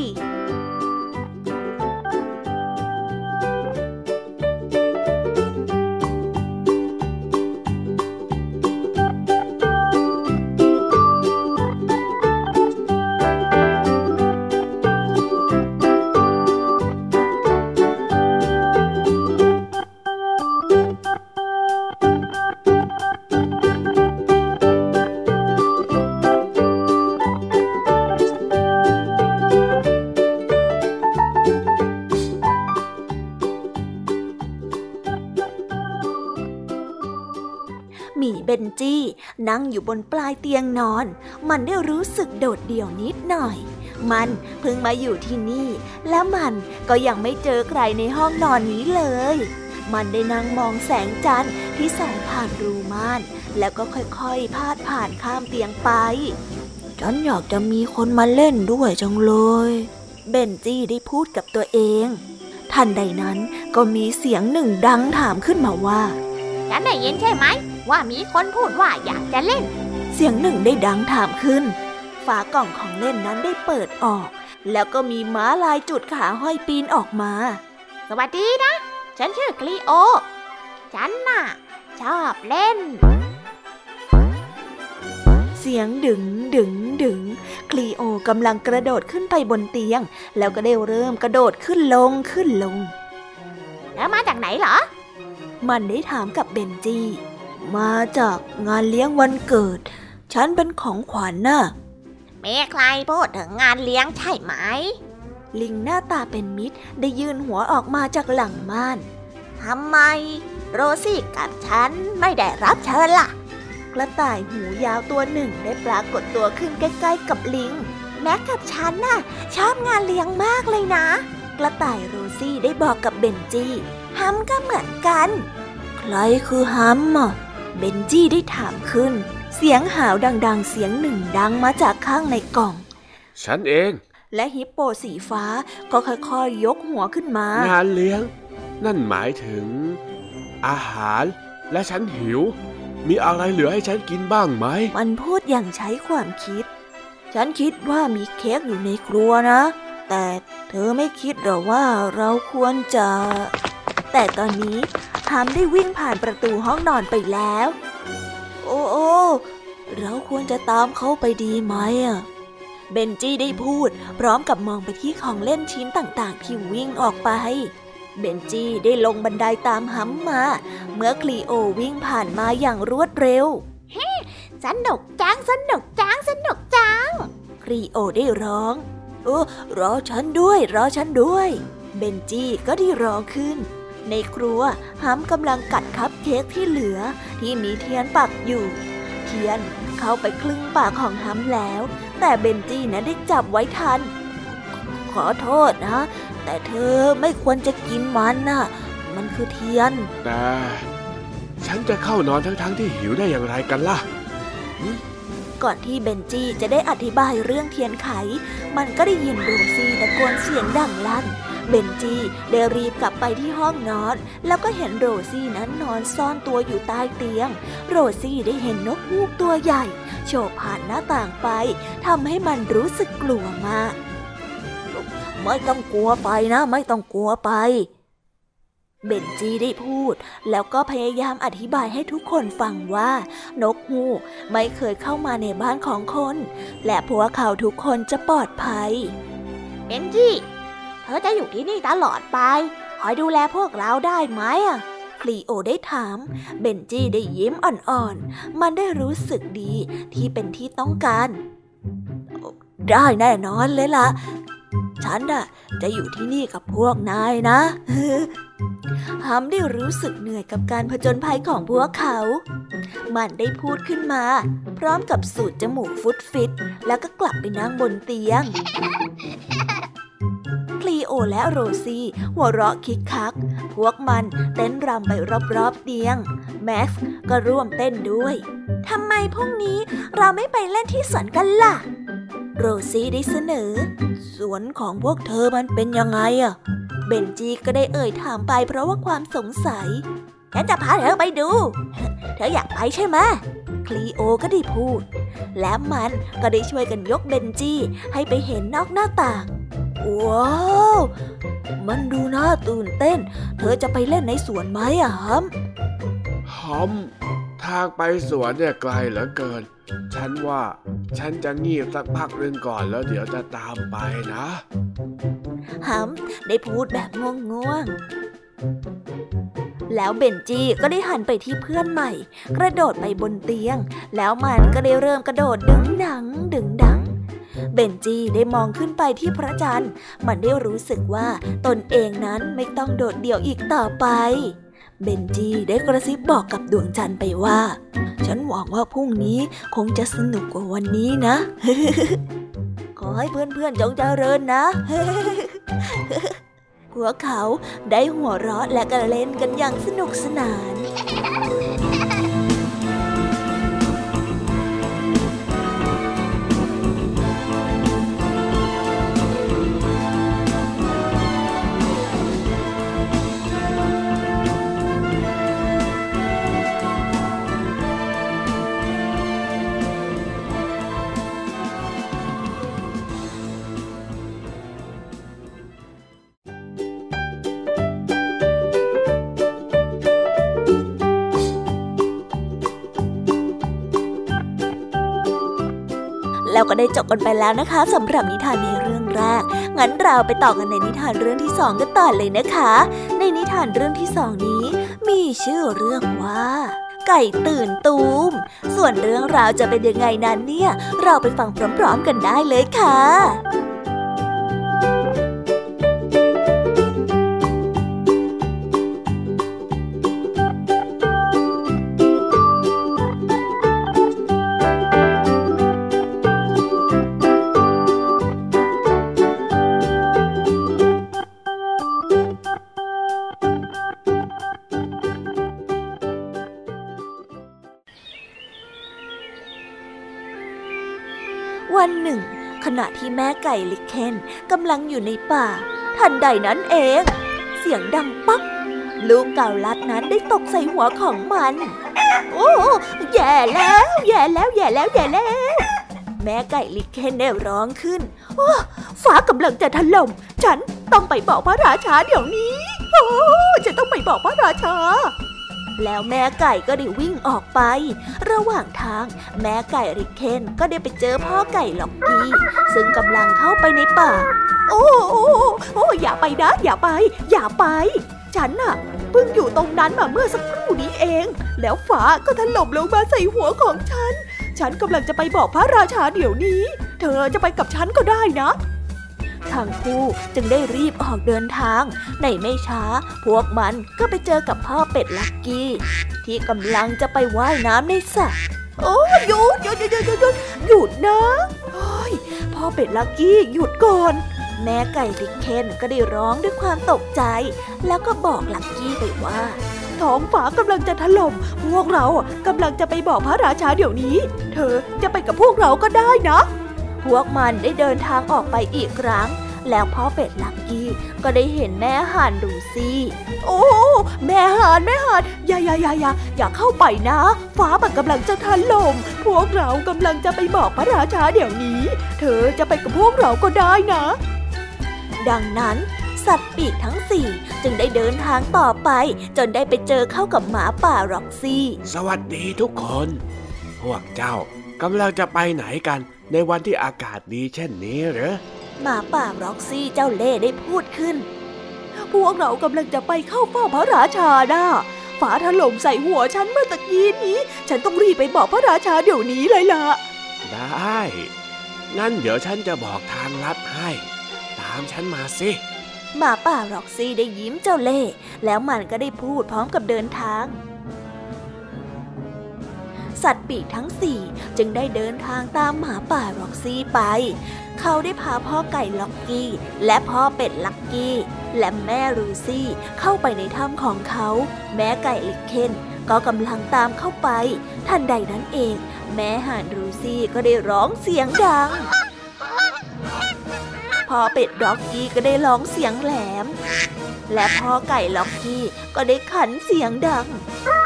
เบนจี้นั่งอยู่บนปลายเตียงนอนมันได้รู้สึกโดดเดี่ยวนิดหน่อยมันเพิ่งมาอยู่ที่นี่และมันก็ยังไม่เจอใครในห้องนอนนี้เลยมันได้นั่งมองแสงจันทร์ที่ส่องผ่านรูม่านแล้วก็ค่อยๆพาดผ่านข้ามเตียงไปฉันอยากจะมีคนมาเล่นด้วยจังเลยเบนจี้ได้พูดกับตัวเองทันใดนั้นก็มีเสียงหนึ่งดังถามขึ้นมาว่าฉันได้ยินใช่ไหมว่ามีคนพูดว่าอยากจะเล่นเสียงหนึ่งได้ดังถามขึ้นฝากล่องของเล่นนั้นได้เปิดออกแล้วก็มีม้าลายจุดขาห้อยปีนออกมาสวัสดีนะฉันชื่อกลีโอฉันน่ะชอบเล่นเสียงดึงดึงดึงคลีโอกำลังกระโดดขึ้นไปบนเตียงแล้วก็ได้เริ่มกระโดดขึ้นลงขึ้นลงแล้วมาจากไหนเหรอมันได้ถามกับเบนจี้มาจากงานเลี้ยงวันเกิดฉันเป็นของขวัญน่ะมีใครพูดถึงงานเลี้ยงใช่ไหมลิงหน้าตาเป็นมิตรได้ยื่นหัวออกมาจากหลังม่านทำไมโรซี่กับฉันไม่ได้รับเชิญล่ะกระต่ายหูยาวตัวหนึ่งได้ปรากฏตัวขึ้นใกล้ๆกับลิงแม็กกับฉันน่ะชอบงานเลี้ยงมากเลยนะกระต่ายโรซี่ได้บอกกับเบนจี้ฮัมก็เหมือนกันใครคือฮัมอ่ะเบนจี้ได้ถามขึ้นเสียงหาวดังๆเสียงหนึ่งดังมาจากข้างในกล่องฉันเองและฮิปโปสีฟ้าก็ค่อยๆยกหัวขึ้นมางานเลี้ยงนั่นหมายถึงอาหารและฉันหิวมีอะไรเหลือให้ฉันกินบ้างไหมมันพูดอย่างใช้ความคิดฉันคิดว่ามีเค้กอยู่ในครัวนะแต่เธอไม่คิดหรอว่าเราควรจะแต่ตอนนี้ฮัมได้วิ่งผ่านประตูห้องนอนไปแล้วโอ้โอ้เราควรจะตามเขาไปดีไหมอ่ะเบนจี้ได้พูดพร้อมกับมองไปที่ของเล่นชิ้นต่างๆที่วิ่งออกไปเบนจี้ได้ลงบันไดตามฮัมมาเมื่อคลีโอวิ่งผ่านมาอย่างรวดเร็วเฮ้สนุกจังสนุกจังสนุกจังคลีโอได้ร้องโอ้รอฉันด้วยรอฉันด้วยเบนจี้ก็ได้ร้องขึ้นในครัวฮัมกำลังกัดคัพเค้กที่เหลือที่มีเทียนปักอยู่เทียนเข้าไปครึ่งปากของฮัมแล้วแต่เบนจี้นั้นได้จับไว้ทันขอโทษนะแต่เธอไม่ควรจะกินมันน่ะมันคือเทียนแต่ฉันจะเข้านอนทั้งๆที่หิวได้อย่างไรกันล่ะก่อนที่เบนจี้จะได้อธิบายเรื่องเทียนไขมันก็ได้ยินโรซี่ตะโกนเสียงดังลั่นเบนจี้ได้รีบกลับไปที่ห้องนอนแล้วก็เห็นโรซี่นั้นนอนซ่อนตัวอยู่ใต้เตียงโรซี่ได้เห็นนกฮูกตัวใหญ่โฉบผ่านหน้าต่างไปทำให้มันรู้สึกกลัวมากไม่ต้องกลัวไปนะไม่ต้องกลัวไปเบนจี้ได้พูดแล้วก็พยายามอธิบายให้ทุกคนฟังว่านกฮูกไม่เคยเข้ามาในบ้านของคนและพวกเขาทุกคนจะปลอดภัยเบนจี้เธอจะอยู่ที่นี่ตลอดไปคอยดูแลพวกเราได้ไหมอ่ะคลีโอได้ถามเบนจี้ได้ยิ้มอ่อนๆมันได้รู้สึกดีที่เป็นที่ต้องการได้แน่นอนเลยล่ะฉันน่ะจะอยู่ที่นี่กับพวกนายนะฮัมได้รู้สึกเหนื่อยกับการผจญภัยของพวกเขามันได้พูดขึ้นมาพร้อมกับสูดจมูกฟุดฟิตแล้วก็กลับไปนั่งบนเตียงคลีโอและโรซี่หัวเราะคิกคักพวกมันเต้นรำไปรอบๆเตียงแม็กซ์ก็ร่วมเต้นด้วยทำไมพรุ่งนี้เราไม่ไปเล่นที่สวนกันล่ะโรซี่ได้เสนอสวนของพวกเธอมันเป็นยังไงอะเบนจี้ก็ได้เอ่ยถามไปเพราะว่าความสงสัยฉันจะพาเธอไปดูเธออยากไปใช่ไหมคลีโอก็ได้พูดและมันก็ได้ช่วยกันยกเบนจี้ให้ไปเห็นนอกหน้าต่างว้าวมันดูน่าตื่นเต้นเธอจะไปเล่นในสวนไหมอะฮัมฮัมทางไปสวนเนี่ยไกลเหลือเกินฉันว่าฉันจะงีบสักพักนึงก่อนแล้วเดี๋ยวจะตามไปนะฮัมได้พูดแบบง่วงๆแล้วเบนจี้ก็ได้หันไปที่เพื่อนใหม่กระโดดไปบนเตียงแล้วมันก็ได้เริ่มกระโดดดึงดังดึงดังเบนจี้ได้มองขึ้นไปที่พระจันทร์มันได้รู้สึกว่าตนเองนั้นไม่ต้องโดดเดี่ยวอีกต่อไปเบนจี้ได้กระซิบบอกกับดวงจันทร์ไปว่าฉันหวังว่าพรุ่งนี้คงจะสนุกกว่าวันนี้นะ ขอให้เพื่อนๆจงเจริญนะ พวกเขาได้หัวเราะและก็เล่นกันอย่างสนุกสนานแล้วก็ได้จบกันไปแล้วนะคะสำหรับนิทานในเรื่องแรกงั้นเราไปต่อกันในนิทานเรื่องที่สองกันต่อเลยนะคะในนิทานเรื่องที่สองนี้มีชื่อเรื่องว่าไก่ตื่นตูมส่วนเรื่องราวจะเป็นยังไงนั้นเนี่ยเราไปฟังพร้อมๆกันได้เลยค่ะวันหนึ่งขณะที่แม่ไก่ลิกเคนกำลังอยู่ในป่าทันใดนั้นเองเสียงดังปักลูกเก่าลัดนั้นได้ตกใส่หัวของมันโอ้แย่แล้วแย่แล้วแย่แล้วแย่แล้วแม่ไก่ลิเคนได้ร้องขึ้นโอ้ฟ้ากำลังจะถล่มฉันต้องไปบอกพระราชาเดี๋ยวนี้โอ้ฉันต้องไปบอกพระราชาแล้วแม่ไก่ก็ได้วิ่งออกไประหว่างทางแม่ไก่ลิเคนก็ได้ไปเจอพ่อไก่ล็อกกี้ซึ่งกำลังเข้าไปในป่าโอ้โอ้โอ้อย่าไปนะอย่าไปอย่าไปฉันน่ะเพิ่งอยู่ตรงนั้นมาเมื่อสักครู่นี้เองแล้วฟ้าก็ถล่มลงมาใส่หัวของฉันฉันกำลังจะไปบอกพระราชาเดี๋ยวนี้เธอจะไปกับฉันก็ได้นะทั้งคู่จึงได้รีบออกเดินทางในไม่ช้าพวกมันก็ไปเจอกับพ่อเป็ดลักกี้ที่กำลังจะไปว่ายน้ำในสระโอ้หยุดหยุดหยุดหยุดหยุดหยุดนะโอ้ยพ่อเป็ดลักกี้หยุดก่อนแม่ไก่ลิเคนก็ได้ร้องด้วยความตกใจแล้วก็บอกลักกี้ไปว่าท้องฟ้ากำลังจะถล่มพวกเรากำลังจะไปบอกพระราชาเดี๋ยวนี้เธอจะไปกับพวกเราก็ได้นะพวกมันได้เดินทางออกไปอีกครั้งแล้วพ่อเป็ดลักกี้ก็ได้เห็นแม่ห่านรูซี่โอ้แม่ห่านแม่ห่านอย่าอย่าอย่าอย่าอย่าเข้าไปนะฟ้ามันกำลังจะถล่มพวกเรากำลังจะไปบอกพระราชาเดี๋ยวนี้เธอจะไปกับพวกเราก็ได้นะดังนั้นสัตว์ปีกทั้งสี่จึงได้เดินทางต่อไปจนได้ไปเจอเข้ากับหมาป่าร็อกซี่สวัสดีทุกคนพวกเจ้ากำลังจะไปไหนกันในวันที่อากาศดีเช่นนี้เหรอหมาป่าร็อกซี่เจ้าเล่ห์ได้พูดขึ้นพวกเรากำลังจะไปเข้าเฝ้าพระราชาน่ะฟ้าถล่มใส่หัวฉันเมื่อตะกี้นี้ฉันต้องรีบไปบอกพระราชาเดี๋ยวนี้เลยล่ะได้งั้นเดี๋ยวฉันจะบอกทางลัดให้ตามฉันมาสิหมาป่าร็อกซี่ได้ยิ้มเจ้าเล่ห์แล้วมันก็ได้พูดพร้อมกับเดินทางสัตว์ปีกทั้งสี่จึงได้เดินทางตามหมาป่าร็อกซี่ไปเขาได้พาพ่อไก่ล็อกกี้และพ่อเป็ดลักกี้และแม่รูซี่เข้าไปในถ้ำของเขาแม่ไก่ลิเคนก็กำลังตามเข้าไปทันใดนั้นเองแม่ห่านรูซี่ก็ได้ร้องเสียงดังพ่อเป็ดล็อกกี้ก็ได้ร้องเสียงแหลมและพ่อไก่ล็อกกี้ก็ได้ขันเสียงดัง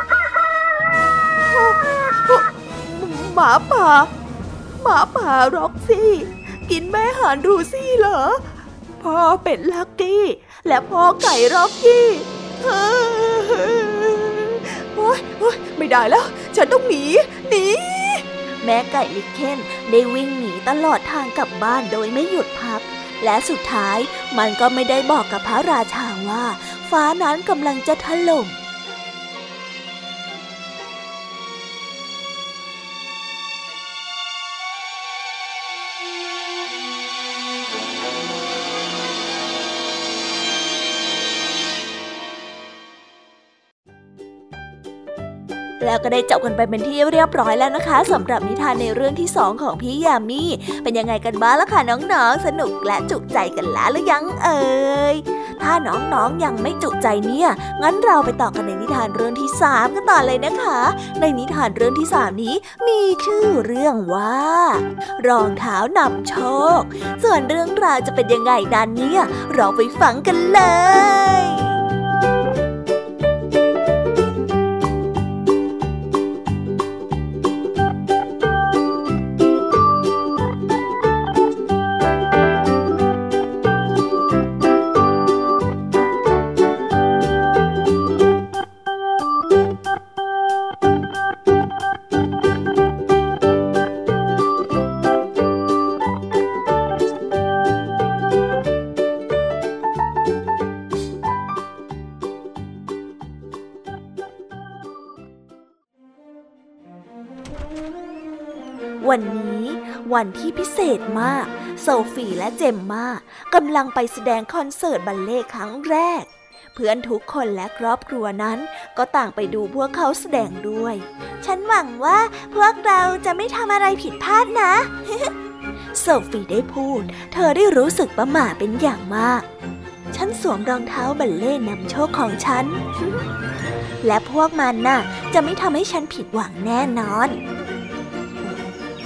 หมาป่าหมาป่าร็อกซี่กินแม่ห่านรูซี่เหรอพ่อเป็ดลักกี้และพ่อไก่ร็อกกี้โอ๊ยโอ๊ยไม่ได้แล้วฉันต้องหนีหนีแม่ไก่ลิเคนได้วิ่งหนีตลอดทางกลับบ้านโดยไม่หยุดพักและสุดท้ายมันก็ไม่ได้บอกกับพระราชาว่าฟ้านั้นกำลังจะถล่มแล้วก็ได้จบกันไปเป็นที่เรียบร้อยแล้วนะคะสำหรับนิทานในเรื่องที่สองของพี่ยามีเป็นยังไงกันบ้างล่ะคะน้องๆสนุกและจุใจกันแล้วหรือยังเอ่ยถ้าน้องๆยังไม่จุใจเนี่ยงั้นเราไปต่อกันในนิทานเรื่องที่สามกันต่อเลยนะคะในนิทานเรื่องที่สามนี้มีชื่อเรื่องว่ารองเท้านำโชคส่วนเรื่องราวจะเป็นยังไงนั้นเนี่ยเราไปฟังกันเลยวันนี้วันที่พิเศษมากโซฟีและเจมม่ากำลังไปแสดงคอนเสิร์ตบัลเล่ต์ครั้งแรกเพื่อนทุกคนและครอบครัวนั้นก็ต่างไปดูพวกเขาแสดงด้วยฉันหวังว่าพวกเราจะไม่ทำอะไรผิดพลาดนะ โซฟีได้พูดเธอได้รู้สึกประหม่าเป็นอย่างมากฉันสวมรองเท้าบัลเล่ต์นำโชคของฉัน และพวกมันน่ะจะไม่ทำให้ฉันผิดหวังแน่นอนเ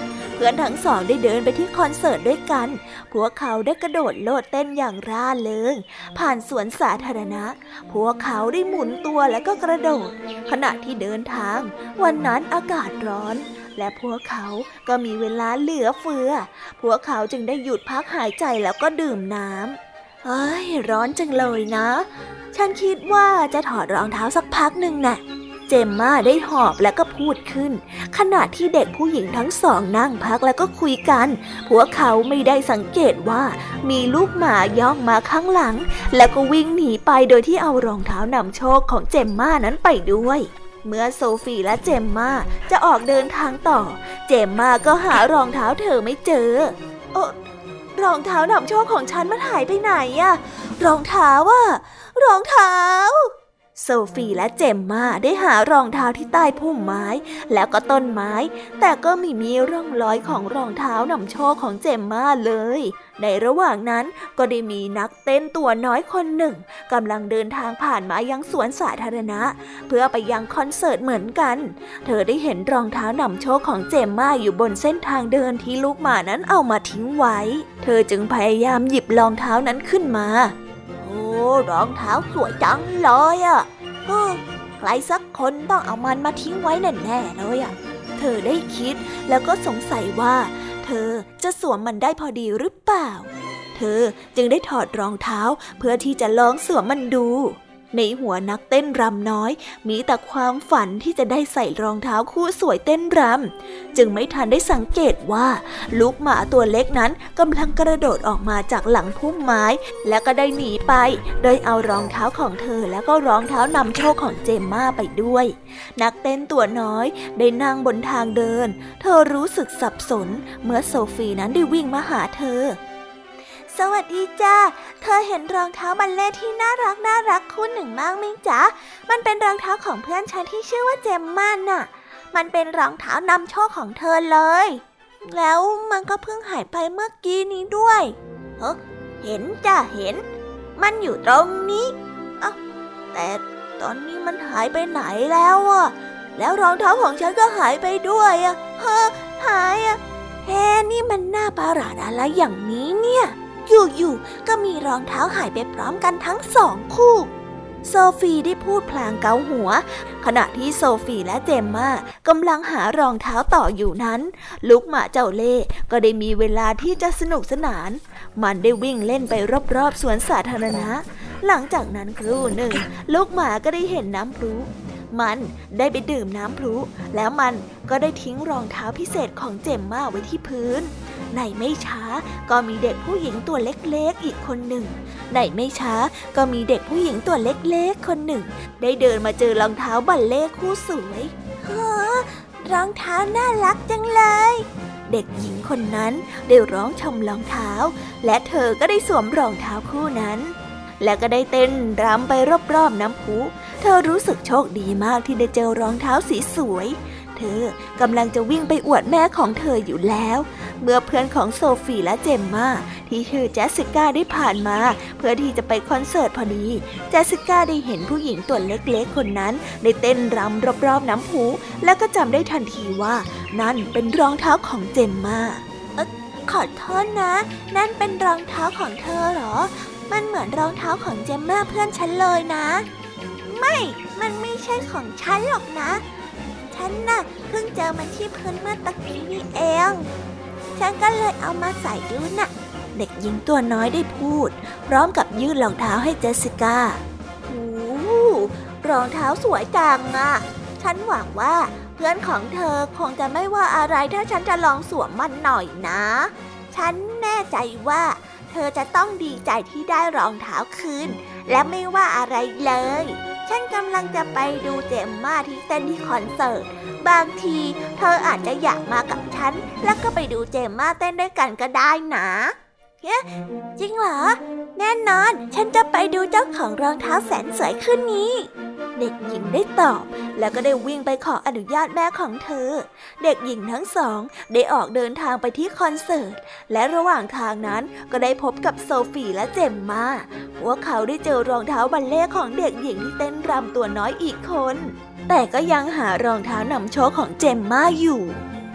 พื่อนทั้งสองได้เดินไปที่คอนเสิร์ตด้วยกันพวกเขาได้กระโดดโลดเต้นอย่างร่าเริงผ่านสวนสาธารณะพวกเขาได้หมุนตัวแล้วก็กระโดดขณะที่เดินทางวันนั้นอากาศร้อนและพวกเขาก็มีเวลาเหลือเฟือพวกเขาจึงได้หยุดพักหายใจแล้วก็ดื่มน้ำเอ้ยร้อนจังเลยนะฉันคิดว่าจะถอดรองเท้าสักพักหนึ่งน่ะเจมม่าได้หอบแล้วก็พูดขึ้นขณะที่เด็กผู้หญิงทั้งสองนั่งพักแล้วก็คุยกันพวกเขาไม่ได้สังเกตว่ามีลูกหมาย่องมาข้างหลังแล้วก็วิ่งหนีไปโดยที่เอารองเท้านำโชคของเจมม่านั้นไปด้วยเมื่อโซฟีและเจมม่าจะออกเดินทางต่อเจมม่าก็หารองเท้าเธอไม่เจอโอ้รองเท้านำโชคของฉันมันหายไปไหนอะรองเท้าอะรองเท้าโซฟีและเจมม่าได้หารองเท้าที่ใต้พุ่มไม้แล้วก็ต้นไม้แต่ก็ไม่มีร่องรอยของรองเท้านำโชคของเจมม่าเลยในระหว่างนั้นก็ได้มีนักเต้นตัวน้อยคนหนึ่งกำลังเดินทางผ่านมายังสวนสาธารณะเพื่อไปยังคอนเสิร์ตเหมือนกันเธอได้เห็นรองเท้านำโชคของเจมม่าอยู่บนเส้นทางเดินที่ลูกหมานั้นเอามาทิ้งไว้เธอจึงพยายามหยิบรองเท้านั้นขึ้นมาโอ้รองเท้าสวยจังเลยอ่ะเออใครสักคนต้องเอามันมาทิ้งไว้แน่ๆเลยอ่ะเธอได้คิดแล้วก็สงสัยว่าเธอจะสวมมันได้พอดีหรือเปล่าเธอจึงได้ถอดรองเท้าเพื่อที่จะลองสวมมันดูในหัวนักเต้นรำน้อยมีแต่ความฝันที่จะได้ใส่รองเท้าคู่สวยเต้นรำจึงไม่ทันได้สังเกตว่าลูกหมาตัวเล็กนั้นกำลังกระโดดออกมาจากหลังพุ่มไม้แล้วก็ได้หนีไปโดยเอารองเท้าของเธอแล้วก็รองเท้านำโชคของเจมม่าไปด้วยนักเต้นตัวน้อยได้นั่งบนทางเดินเธอรู้สึกสับสนเมื่อโซฟีนั้นได้วิ่งมาหาเธอสวัสดีจ้าเธอเห็นรองเท้าบัลเล่ที่น่ารักน่ารักคู่หนึ่งบ้างไหมจ๊ะมันเป็นรองเท้าของเพื่อนฉันที่ชื่อว่าเจมม่าน่ะมันเป็นรองเท้านำโชคของเธอเลยแล้วมันก็เพิ่งหายไปเมื่อกี้นี้ด้วยเฮ้เห็นจ้ะเห็นมันอยู่ตรงนี้เอ้าแต่ตอนนี้มันหายไปไหนแล้วอ่ะแล้วรองเท้าของฉันก็หายไปด้วยอ่ะเฮ้หายอ่ะเฮ้นี่มันน่าประหลาดอะไรอย่างนี้เนี่ยอยู่ๆก็มีรองเท้าหายไปพร้อมกันทั้งสองคู่โซฟีได้พูดพลางเกาหัวขณะที่โซฟีและเจมม่ากำลังหารองเท้าต่ออยู่นั้นลูกหมาเจ้าเล่ห์ก็ได้มีเวลาที่จะสนุกสนานมันได้วิ่งเล่นไปรอบๆสวนสาธารณะหลังจากนั้นครู่หนึ่งลูกหมาก็ได้เห็นน้ำพลุมันได้ไปดื่มน้ำพลุแล้วมันก็ได้ทิ้งรองเท้าพิเศษของเจมม่าไว้ที่พื้นในไม่ช้าก็มีเด็กผู้หญิงตัวเล็กๆอีกคนหนึ่งในไม่ช้าก็มีเด็กผู้หญิงตัวเล็กๆคนหนึ่งได้เดินมาเจอรองเท้าบัลเล่คู่สวยเฮ้อรองเท้าน่ารักจังเลยเด็กหญิงคนนั้นได้ร้องชมรองเท้าและเธอก็ได้สวมรองเท้าคู่นั้นและก็ได้เต้นรำไปรอบๆน้ำพุเธอรู้สึกโชคดีมากที่ได้เจอรองเท้าสีสวยเธอกำลังจะวิ่งไปอวดแม่ของเธออยู่แล้วเมื่อเพื่อนของโซฟีและเจมม่าที่ชื่อเจสสิก้าได้ผ่านมาเพื่อที่จะไปคอนเสิร์ตพอดีเจสสิก้าได้เห็นผู้หญิงตัวเล็กๆคนนั้นได้เต้นรำรอบๆน้ำพุแล้วก็จำได้ทันทีว่านั่นเป็นรองเท้าของเจมม่าเอ่อขอโทษนะนั่นเป็นรองเท้าของเธอเหรอมันเหมือนรองเท้าของเจมม่าเพื่อนฉันเลยนะไม่มันไม่ใช่ของฉันหรอกนะฉันน่ะเพิ่งเจอมันที่พื้นเมื่อตะกี้นี่เองฉันก็เลยเอามาใส่ดูน่ะเด็กหญิงตัวน้อยได้พูดพร้อมกับยื่นรองเท้าให้เจสสิก้าโอ้รองเท้าสวยจังอ่ะฉันหวังว่าเพื่อนของเธอคงจะไม่ว่าอะไรถ้าฉันจะลองสวมมันหน่อยนะฉันแน่ใจว่าเธอจะต้องดีใจที่ได้รองเท้าคืนและไม่ว่าอะไรเลยฉันกำลังจะไปดูเจมม่าที่เต้นที่คอนเสิร์ตบางทีเธออาจจะอยากมากับฉันแล้วก็ไปดูเจมม่าเต้นด้วยกันก็ได้นะเฮ้จริงเหรอแน่นอนฉันจะไปดูเจ้าของรองเท้าแสนสวยขึ้นนี้เด็กหญิงได้ตอบแล้วก็ได้วิ่งไปขออนุญาตแม่ของเธอเด็กหญิงทั้งสองได้ออกเดินทางไปที่คอนเสิร์ตและระหว่างทางนั้นก็ได้พบกับโซฟีและเจมม่าพวกเขาได้เจอรองเท้าบัลเล่ของเด็กหญิงที่เต้นรำตัวน้อยอีกคนแต่ก็ยังหารองเท้านำโชคของเจมม่าอยู่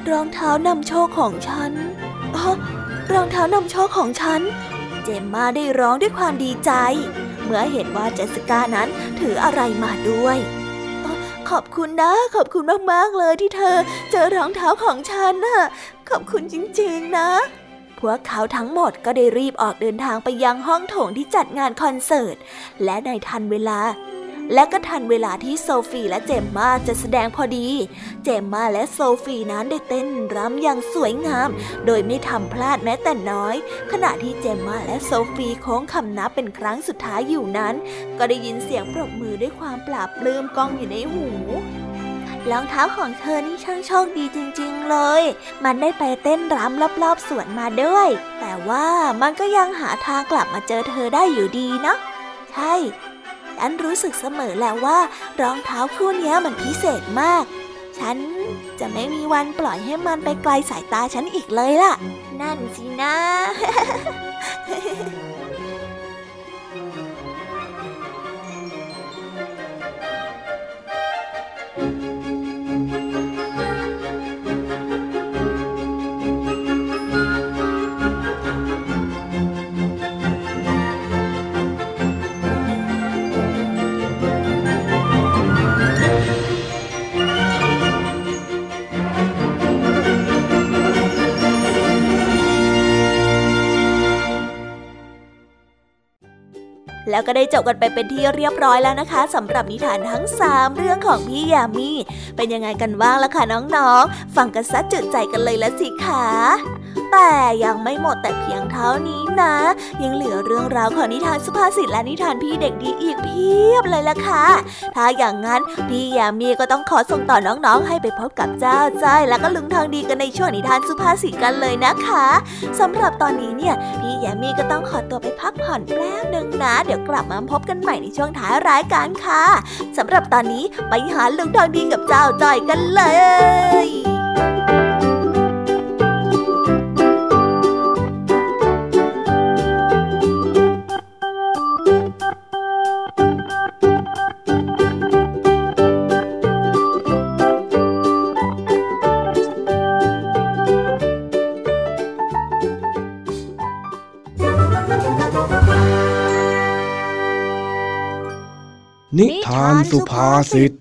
รองเท้านำโชคของฉันอ๋อรองเท้านำโชคของฉันเจมมาได้ร้องด้วยความดีใจเมื่อเห็นว่าเจสสิก้านั้นถืออะไรมาด้วยขอบคุณนะขอบคุณมากๆเลยที่เธอเจอรองเท้าของฉันน่ะขอบคุณจริงๆนะพวกเขาทั้งหมดก็ได้รีบออกเดินทางไปยังห้องโถงที่จัดงานคอนเสิร์ตและในทันเวลาและก็ทันเวลาที่โซฟีและเจมมาจะแสดงพอดีเจมมาและโซฟีนั้นได้เต้นรำอย่างสวยงามโดยไม่ทำพลาดแม้แต่น้อยขณะที่เจมมาและโซฟีโค้งคำนับเป็นครั้งสุดท้ายอยู่นั้นก็ได้ยินเสียงปรบมือด้วยความปลาบปลื้มก้องอยู่ในหูรองเท้าของเธอนี่ช่างโชคดีจริงๆเลยมันได้ไปเต้นรำรอบๆสวนมาด้วยแต่ว่ามันก็ยังหาทางกลับมาเจอเธอได้อยู่ดีเนาะใช่ฉันรู้สึกเสมอแล้วว่ารองเท้าคู่นี้มันพิเศษมากฉันจะไม่มีวันปล่อยให้มันไปไกลสายตาฉันอีกเลยล่ะนั่นสินะ แล้วก็ได้จบกันไปเป็นที่เรียบร้อยแล้วนะคะสำหรับนิทานทั้งสามเรื่องของพี่ยามีเป็นยังไงกันบ้างล่ะคะน้องๆฟังกันซะจุใจกันเลยละสิคะแต่ยังไม่หมดแต่เพียงเท่านี้นะยังเหลือเรื่องราวของนิทานสุภาษิตและนิทานพี่เด็กดีอีกเพียบเลยล่ะค่ะถ้าอย่างนั้นพี่ยามีก็ต้องขอส่งต่อน้องๆให้ไปพบกับเจ้าจ้อยและก็ลุงทองดีกันในช่วงนิทานสุภาษิตกันเลยนะคะสำหรับตอนนี้เนี่ยพี่ยามีก็ต้องขอตัวไปพักผ่อนแป๊บนึงนะเดี๋ยวกลับมาพบกันใหม่ในช่วงท้ายรายการค่ะสำหรับตอนนี้ไปหาลุงทองดีกับเจ้าจ้อยกันเลยนิทานสุภาษิต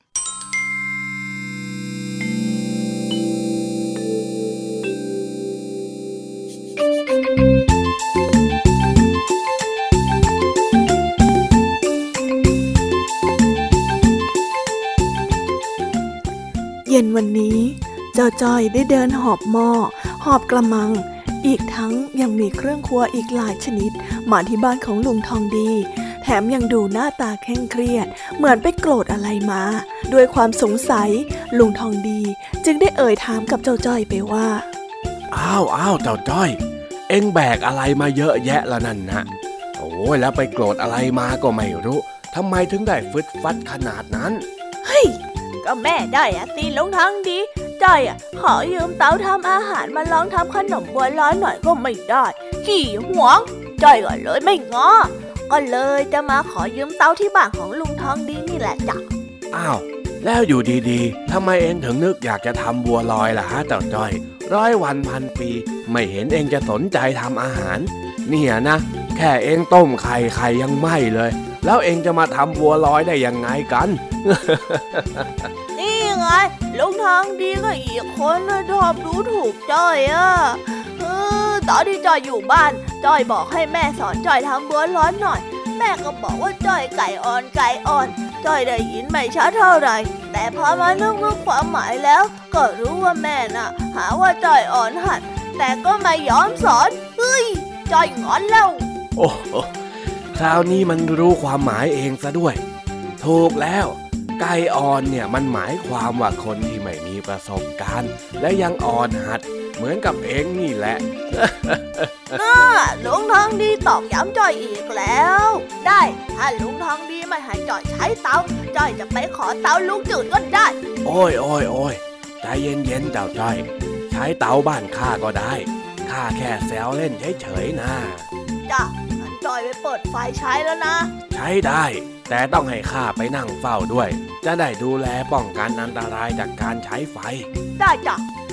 เย็นวันนี้เจ้าจ้อยได้เดินหอบหม้อหอบกระมังอีกทั้งยังมีเครื่องครัวอีกหลายชนิดมาที่บ้านของลุงทองดีแถมยังดูหน้าตาเคร่งเครียดเหมือนไปโกรธอะไรมาด้วยความสงสัยลุงทองดีจึงได้เอ่ยถามกับเจ้าจ้อยไปว่าอ้าวอ้าวเจ้าจ้อยเอ็งแบกอะไรมาเยอะแยะละนั่นนะโอ้ยแล้วไปโกรธอะไรมาก็ไม่รู้ทำไมถึงได้ฟึดฟัดขนาดนั้นเฮ้ยก็แม่ได้อะสิลุงทองดีจ้อยอะขอยืมเตาทำอาหารมาลองทำขนมบัวลอยหน่อยก็ไม่ได้ขี้หวงจ้อยก็เลยไม่ง้อก็เลยจะมาขอยืมเตาที่บ้านของลุงทองดีนี่แหละจ้ะอ้าวแล้วอยู่ดีๆทำไมเองถึงนึกอยากจะทำบัวลอยล่ะฮะเจ้าจ้อยร้อยวันพันปีไม่เห็นเองจะสนใจทำอาหารเนี่ยนะแค่เองต้มไข่ไข่ยังไหม้เลยแล้วเองจะมาทำบัวลอยได้ยังไงกันนี่ไงลุงทองดีก็อีกคนนะชอบดูถูกจ้อยอ่ะเออตอนที่จ้อยอยู่บ้านจ้อยบอกให้แม่สอนจ้อยทำบัวลอยหน่อยแม่ก็บอกว่าจ้อยไก่อ่อนไก่อ่อนจ้อยได้ยินไม่ชัดเท่าไหร่แต่พอมานึกว่าความหมายแล้วก็รู้ว่าแม่น่ะหาว่าจ้อยอ่อนหัดแต่ก็ไม่ยอมสอนเฮ้ยจ้อยงอนแล้วโอ้คราวนี้มันรู้ความหมายเองซะด้วยถูกแล้วไก่อ่อนเนี่ยมันหมายความว่าคนที่ไม่มีประสบการณ์และยังอ่อนหัดเหมือนกับเองนี่แหละน่าลุงทองดีตอกย้ำจ้อยอีกแล้วได้ถ้าลุงทองดีไม่ให้จ้อยใช้เตาจ้อยจะไปขอเตาลุงจืดก็ได้โอ้ยโอ้ยโอ้ยใจเย็นๆเจ้าจ้อยใช้เตาบ้านข้าก็ได้ข้าแค่แซวเล่นเฉยๆนะจ้ะงั้นจ้อยไปเปิดไฟใช้แล้วนะใช้ได้แต่ต้องให้ข้าไปนั่งเฝ้าด้วยจะได้ดูแลป้องกันอันตรายจากการใช้ไฟได้จ้ะ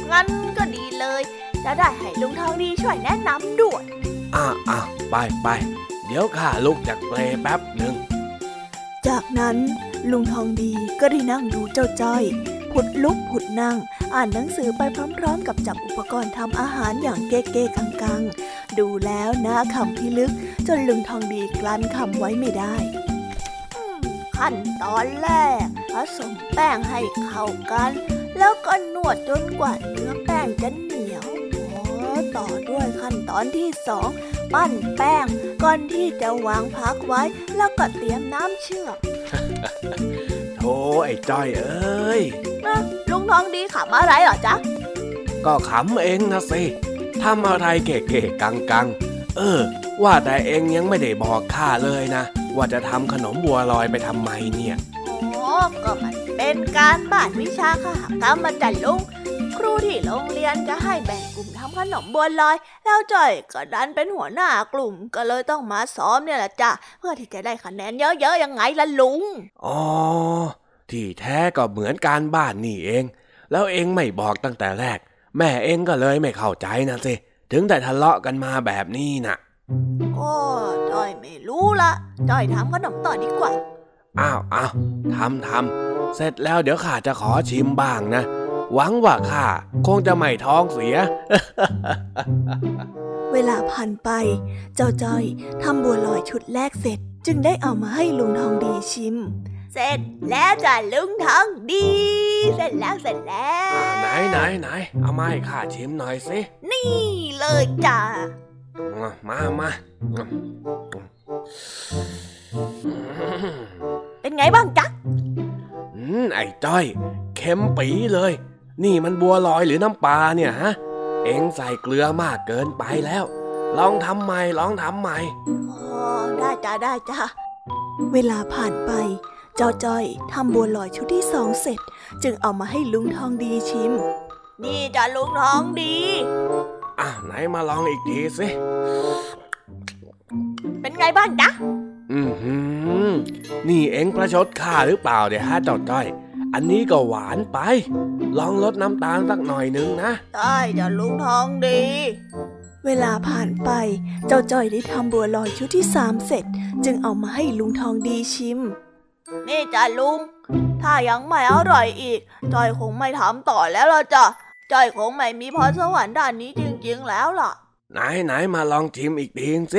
งั้นก็ดีเลยจะได้ให้ลุงทองดีช่วยแนะนำด้วยอ่ะอ่ะไปไปเดี๋ยวข้าลุกจากเปลแป๊บหนึ่งจากนั้นลุงทองดีก็ได้นั่งดูเจ้าจ้อยผุดลุกผุดนั่งอ่านหนังสือไปพร้อมๆกับจับอุปกรณ์ทำอาหารอย่างเก้ๆกังๆดูแล้วน่าขำพิลึกจนลุงทองดีกลั้นขำไว้ไม่ได้ขั้นตอนแรกผสมแป้งให้เข้ากันแล้วก็นวดจนกว่าเนื้อแป้งจะเหนียวต่อด้วยขั้นตอนที่สองปั้นแป้งก่อนที่จะวางพักไว้แล้วก็เตรียมน้ำเชื่อมโธ่ไอ้จ้อยเอ้ยนะลุงทองดีขำอะไรเหรอจ๊ะก็ขำเองนะสิทำอะไรเก๋ๆกังๆเออว่าแต่เองยังไม่ได้บอกข้าเลยนะว่าจะทำขนมบัวลอยไปทำไมเนี่ยอ๋อก็มันเป็นการบ้านวิชาคหกรรมมาจ้ะลุงครูที่โรงเรียนจะให้แบ่งกลุ่มทำขนมบัวลอยแล้วจ้อยก็ดันเป็นหัวหน้ากลุ่มก็เลยต้องมาซ้อมเนี่ยแหละจ้ะเพื่อที่จะได้คะแนนเยอะๆยังไงล่ะลุงอ๋อที่แท้ก็เหมือนการบ้านนี่เองแล้วเองไม่บอกตั้งแต่แรกแม่เองก็เลยไม่เข้าใจนะสิถึงได้ทะเลาะกันมาแบบนี้น่ะโอ้จ้อยไม่รู้ละจ้อยทำขนมต่อดีกว่าอ้าวอ้าวทำทำเสร็จแล้วเดี๋ยวข้าจะขอชิมบ้างนะหวังว่าข้าคงจะไม่ท้องเสียเวลาผ่านไปเจ้าจ้อยทำบัวลอยชุดแรกเสร็จจึงได้เอามาให้ลุงทองดีชิมเสร็จแล้วจ้ะลุงทองดีเสร็จแล้วเสร็จแล้วไหนไหนไหนเอามาให้ข้าชิมหน่อยสินี่เลยจ้ะมามาเป็นไงบ้างจ๊ะอืมไอ้จ้อยเค็มปีเลยนี่มันบัวลอยหรือน้ำปลาเนี่ยฮะเอ็งใส่เกลือมากเกินไปแล้วลองทำใหม่ลองทำใหม่อ๋อได้จ้ะได้จ้ะเวลาผ่านไปเจ้าจ้อยทำบัวลอยชุดที่สองเสร็จจึงเอามาให้ลุงทองดีชิมนี่จ้ะลุงทองดีอ่ะไหนมาลองอีกทีสิเป็นไงบ้างจ๊ะอือหือนี่เอ็งประชดข้าหรือเปล่าเดี๋ยวฮะเจ้าจ้อยอันนี้ก็หวานไปลองลดน้ำตาลสักหน่อยนึงนะได้จ้ะลุงทองดีเวลาผ่านไปเจ้าจ้อยได้ทำบัวลอยชุดที่สามเสร็จจึงเอามาให้ลุงทองดีชิมนี่จ้ะลุงถ้ายังไม่อร่อยอีกจ้อยคงไม่ทำต่อแล้วล่ะจ้ะจ้อยคงไม่มีพรสวรรค์ด้านนี้จริงๆแล้วล่ะไหนไหนมาลองชิมอีกทีสิ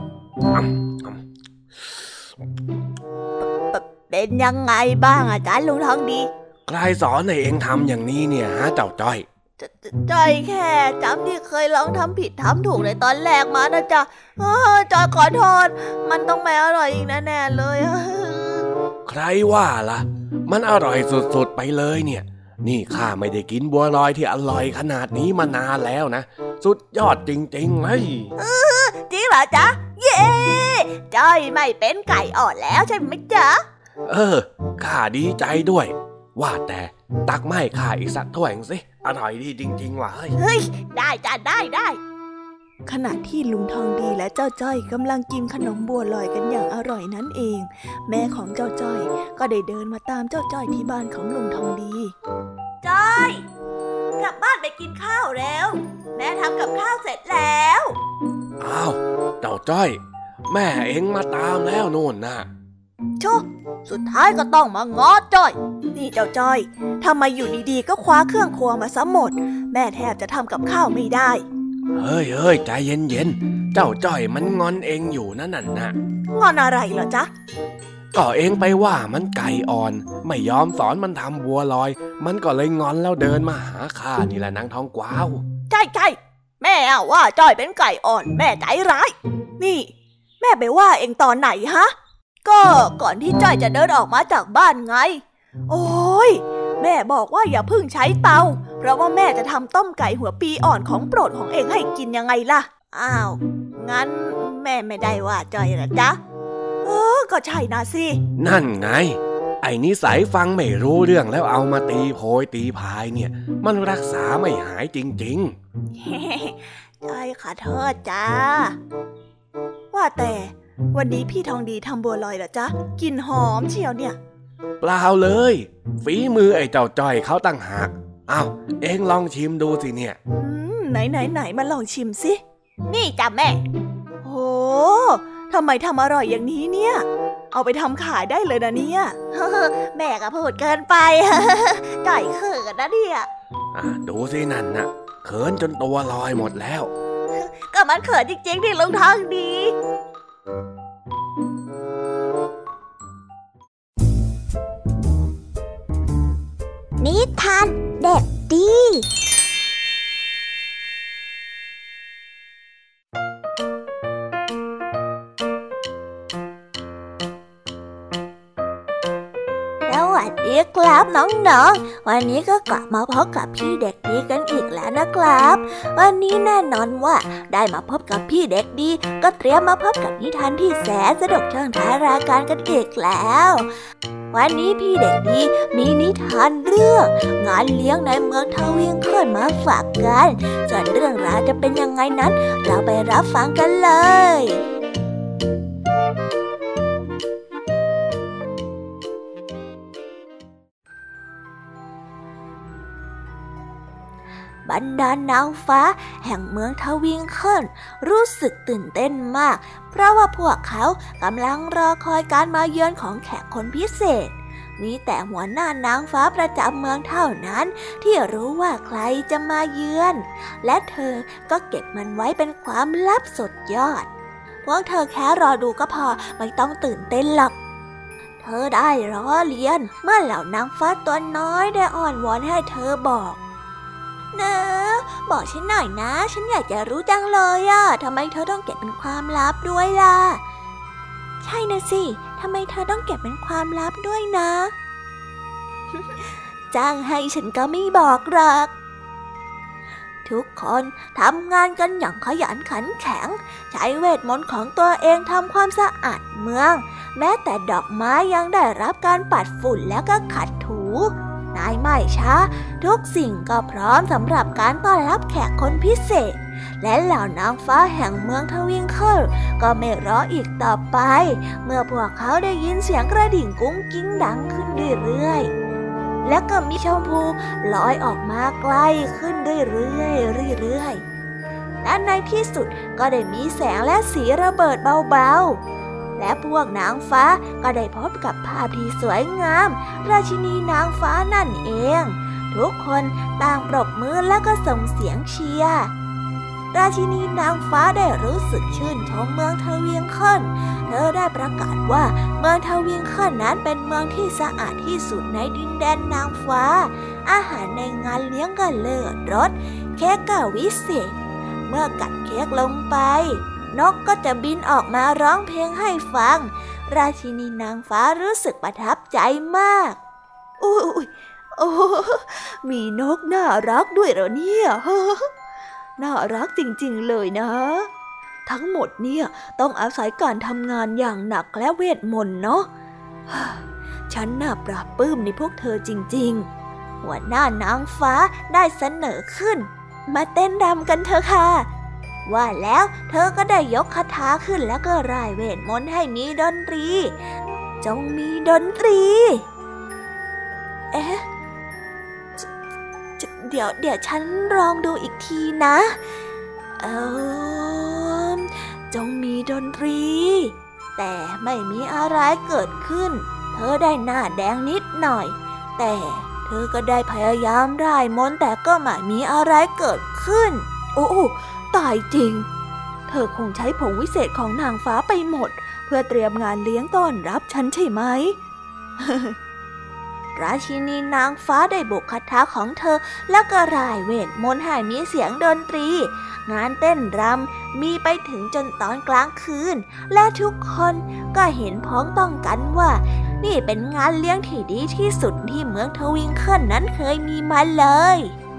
เป็นยังไงบ้างอ่ะจ๊ะลุงทองดีใครสอนให้เองทำอย่างนี้เนี่ยฮะเจ้าจ้อยจ้อยแค่จำที่เคยลองทำผิดทำถูกในตอนแรกมานะจ๊ะจ้อยขอโทษมันต้องไม่อร่อยอีกแน่ๆเลยใครว่าล่ะมันอร่อยสุดๆไปเลยเนี่ยนี่ข้าไม่ได้กินบัวลอยที่อร่อยขนาดนี้มานานแล้วนะสุดยอดจริงๆเลยจริงเหรอจ๊ะเย้จ้อยไม่เป็นไก่อ่อนแล้วใช่ไหมจ๊ะเออข้าดีใจด้วยว่าแต่ตักไม่ข้าอีกสักถ้วยสิอร่อยดีจริงๆว่ะเฮ้ยเฮ้ยได้จ้ะได้ได้ขณะที่ลุงทองดีและเจ้าจ้อยกำลังกินขนมบัวลอยกันอย่างอร่อยนั่นเองแม่ของเจ้าจ้อยก็ได้เดินมาตามเจ้าจ้อยที่บ้านของลุงทองดีจ้อยกลับบ้านไปกินข้าวแล้วแม่ทำกับข้าวเสร็จแล้วอ้าวเจ้าจ้อยแม่เอ็งมาตามแล้วโน่นน่ะโชสุดท้ายก็ต้องมาง้อจ้อยนี่เจ้าจ้อยทำไมอยู่ดีๆก็คว้าเครื่องครัวมาซะหมดแม่แทบจะทำกับข้าวไม่ได้เฮ้ยเฮ้ยใจเย็นๆเจ้าจ้อยมันงอนเองอยู่นั่นน่ะนะงอนอะไรเหรอจ๊ะก็เองไปว่ามันไก่อ่อนไม่ยอมสอนมันทำบัวลอยมันก็เลยงอนแล้วเดินมาหาข้านี่แหละนางทองกวาวใช่ใช่แม่ว่าจ้อยเป็นไก่อ่อนแม่ใจร้ายนี่แม่ไปว่าเองตอนไหนฮะก็ก่อนที่จ้อยจะเดินออกมาจากบ้านไงโอ้ยแม่บอกว่าอย่าเพิ่งใช้เตาเพราะว่าแม่จะทำต้มไก่หัวปีอ่อนของโปรดของเองให้กินยังไงล่ะอ้าวงั้นแม่ไม่ได้ว่าจ้อยหรอจ๊ะเออก็ใช่นะสินั่นไงไอ้นิสัยฟังไม่รู้เรื่องแล้วเอามาตีโพยตีพายเนี่ยมันรักษาไม่หายจริงๆจ้อยขอโทษจ้าว่าแต่วันนี้พี่ทองดีทำบัวลอยเหรอจ๊ะกลิ่นหอมเชียวเนี่ยเปล่าเลยฝีมือไอ้เจ้าจ้อยเขาตั้งหากอ้าวเอ็งลองชิมดูสิเนี่ยอืมไหนไหนไหนมาลองชิมสินี่จ้ะแม่โหทำไมทำอร่อยอย่างนี้เนี่ยเอาไปทำขายได้เลยนะเนี่ยแม่ก็พูดเกินไปไก่เขินนะเนี่ยดูสินั่นน่ะเขินจนตัวลอยหมดแล้วก็มันเขินจริงๆที่ลุงทองดีนิทานเด็กดีสวัสดีครับน้องๆวันนี้ก็กลับมาพบกับพี่เด็กดีกันอีกแล้วนะครับวันนี้แน่นอนว่าได้มาพบกับพี่เด็กดีก็เตรียมมาพบกับนิทานที่แสนสนุกช่วงท้ายรายการกันอีกแล้ววันนี้พี่เด็กดีมีนิทานเรื่องงานเลี้ยงในเมืองทวิงเคิลมาฝากกันส่วนเรื่องราวจะเป็นยังไงนั้นเราไปรับฟังกันเลยบรรดานางฟ้าแห่งเมืองทวิงเคิลรู้สึกตื่นเต้นมากเพราะว่าพวกเขากำลังรอคอยการมาเยือนของแขกคนพิเศษมีแต่หัวหน้านางฟ้าประจำเมืองเท่านั้นที่รู้ว่าใครจะมาเยือนและเธอก็เก็บมันไว้เป็นความลับสุดยอดพวกเธอแค่รอดูก็พอไม่ต้องตื่นเต้นหรอกเธอได้ล้อเลียนเมื่อเหล่านางฟ้าตัวน้อยได้อ้อนวอนให้เธอบอกนะบอกฉันหน่อยนะฉันอยากจะรู้จังเลยอะทำไมเธอต้องเก็บเป็นความลับด้วยล่ะใช่นะสิทำไมเธอต้องเก็บเป็นความลับด้วยนะ จ้างให้ฉันก็ไม่บอกหรอกทุกคนทำงานกันอย่างขยันขันแข็งใช้เวทมนต์ของตัวเองทำความสะอาดเมืองแม้แต่ดอกไม้ยังได้รับการปัดฝุ่นแล้วก็ขัดถูนายไม่ช้าทุกสิ่งก็พร้อมสำหรับการต้อนรับแขกคนพิเศษและเหล่านางฟ้าแห่งเมืองทวิงเคิลก็ไม่รออีกต่อไปเมื่อพวกเขาได้ยินเสียงกระดิ่งกุ้งกิ้งดังขึ้นเรื่อยๆและก็มีชมพูลอยออกมาใกล้ขึ้นเรื่อยๆเรื่อยๆและในที่สุดก็ได้มีแสงและสีระเบิดเบาๆและพวกนางฟ้าก็ได้พบกับภาพที่สวยงามราชินีนางฟ้านั่นเองทุกคนต่างปรบมือและก็ส่งเสียงเชียร์ราชินีนางฟ้าได้รู้สึกชื่นชมเมืองทวิงเคิลเธอได้ประกาศว่าเมืองทวิงเคิลนั้นเป็นเมืองที่สะอาดที่สุดในดินแดนนางฟ้าอาหารในงานเลี้ยงก็เลิศรสเค้กก็วิเศษเมื่อกัดเค้กลงไปนกก็จะบินออกมาร้องเพลงให้ฟังราชินีนางฟ้ารู้สึกประทับใจมากอุ้ยโอ้มีนกน่ารักด้วยเหรอเนี่ยน่ารักจริงๆเลยนะทั้งหมดเนี่ยต้องอาศัยการทำงานอย่างหนักและเวทมนต์เนาะฉันน่าปราบปลื้มในพวกเธอจริงๆหัวหน้านางฟ้าได้เสนอขึ้นมาเต้นรำกันเถอะค่ะว่าแล้วเธอก็ได้ยกคาถาขึ้นแล้วก็ร่ายเวทมนต์ให้มีดนตรีจงมีดนตรีเอ๊ะเดี๋ยวเดี๋ยวฉันลองดูอีกทีนะเออจงมีดนตรีแต่ไม่มีอะไรเกิดขึ้นเธอได้หน้าแดงนิดหน่อยแต่เธอก็ได้พยายามร่ายมนต์แต่ก็ไม่มีอะไรเกิดขึ้นโอ้ตายจริงเธอคงใช้ผงวิเศษของนางฟ้าไปหมดเพื่อเตรียมงานเลี้ยงต้อนรับฉันใช่ไหม ราชินีนางฟ้าได้บุกคาถาของเธอแล้วก็ร่ายเวทมนต์ให้มีเสียงดนตรีงานเต้นรำมีไปถึงจนตอนกลางคืนและทุกคนก็เห็นพ้องต้องกันว่านี่เป็นงานเลี้ยงที่ดีที่สุดที่เมืองทวิงเคิลนั้นเคยมีมาเลย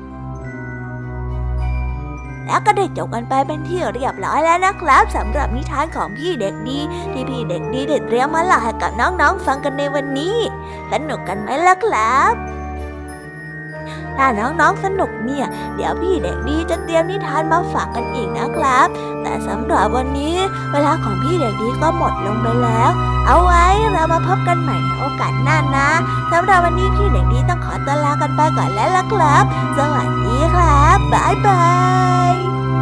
แล้วก็ได้จบกันไปเป็นที่เรียบร้อยแล้วนะครับสำหรับนิทานของพี่เด็กดีที่พี่เด็กดีได้เตรียมมาเล่าให้กับน้องๆฟังกันในวันนี้สนุกกันไหมล่ะครับถ้าน้องๆสนุกเนี่ยเดี๋ยวพี่เด็กดีจะเตรียมนิทานมาฝากกันอีกนะครับแต่สำหรับวันนี้เวลาของพี่เด็กดีก็หมดลงไปแล้วเอาไว้เรามาพบกันใหม่ในโอกาสหน้านะสำหรับวันนี้พี่เด็กดีต้องขอตัวลากันไปก่อนแล้วล่ะครับสวัสดีครับบ๊ายบาย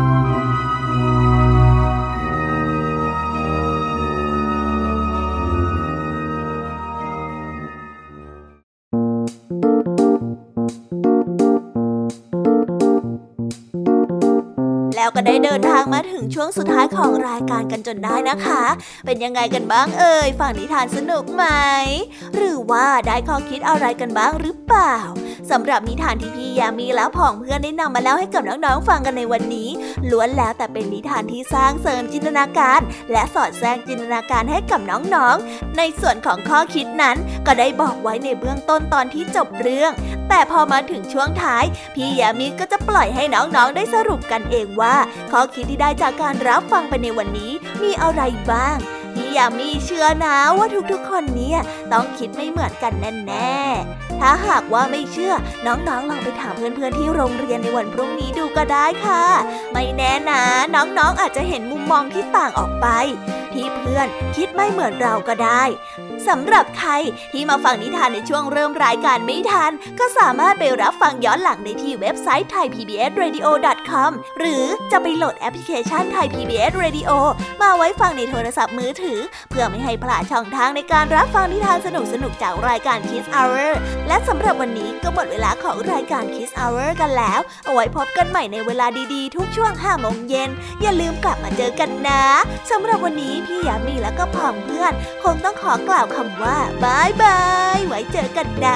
แล้วก็ได้เดินทางมาถึงช่วงสุดท้ายของรายการกันจนได้นะคะเป็นยังไงกันบ้างเอ่ยฟังนิทานสนุกไหมหรือว่าได้ข้อคิดอะไรกันบ้างหรือเปล่าสำหรับนิทานที่พี่ยามีและพ่องเพื่อนได้นำมาเล่าให้กับน้องๆฟังกันในวันนี้ล้วนแล้วแต่เป็นนิทานที่สร้างเสริมจินตนาการและสอดแทรกจินตนาการให้กับน้องๆในส่วนของข้อคิดนั้นก็ได้บอกไว้ในเบื้องต้นตอนที่จบเรื่องแต่พอมาถึงช่วงท้ายพี่ยามีก็จะปล่อยให้น้องๆได้สรุปกันเองว่าข้อคิดที่ได้จากการรับฟังไปในวันนี้มีอะไรบ้างพี่ยามีเชื่อนะว่าทุกๆคนเนี่ยต้องคิดไม่เหมือนกันแน่ๆถ้าหากว่าไม่เชื่อน้องๆลองไปถามเพื่อนๆที่โรงเรียนในวันพรุ่งนี้ดูก็ได้ค่ะไม่แน่นะน้องๆอาจจะเห็นมุมมองที่ต่างออกไปที่เพื่อนคิดไม่เหมือนเราก็ได้สำหรับใครที่มาฟังนิทานในช่วงเริ่มรายการไม่ทันก็สามารถไปรับฟังย้อนหลังได้ที่เว็บไซต์ ไทย พี บี เอส เรดิโอ ดอท คอม หรือจะไปโหลดแอปพลิเคชัน Thai พี บี เอส Radio มาไว้ฟังในโทรศัพท์มือถือเพื่อไม่ให้พลาดช่องทางในการรับฟังนิทานสนุกๆจากรายการ Kids Hour และสำหรับวันนี้ก็หมดเวลาของรายการ Kids Hour กันแล้วเอาไว้พบกันใหม่ในเวลาดีๆทุกช่วง ห้าโมงเย็นอย่าลืมกลับมาเจอกันนะสำหรับวันนี้พี่ยามีและก็พ่องเพื่อนคงต้องขอกล่าวคำว่าบายบายไว้เจอกันนะ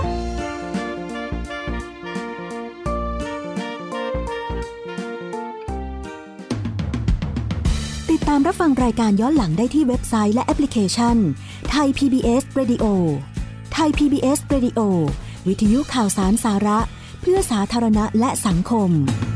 ติดตามรับฟังรายการย้อนหลังได้ที่เว็บไซต์และแอปพลิเคชัน Thai พี บี เอส Radio Thai พี บี เอส Radio วิทยุข่าวสารสาระเพื่อสาธารณะและสังคม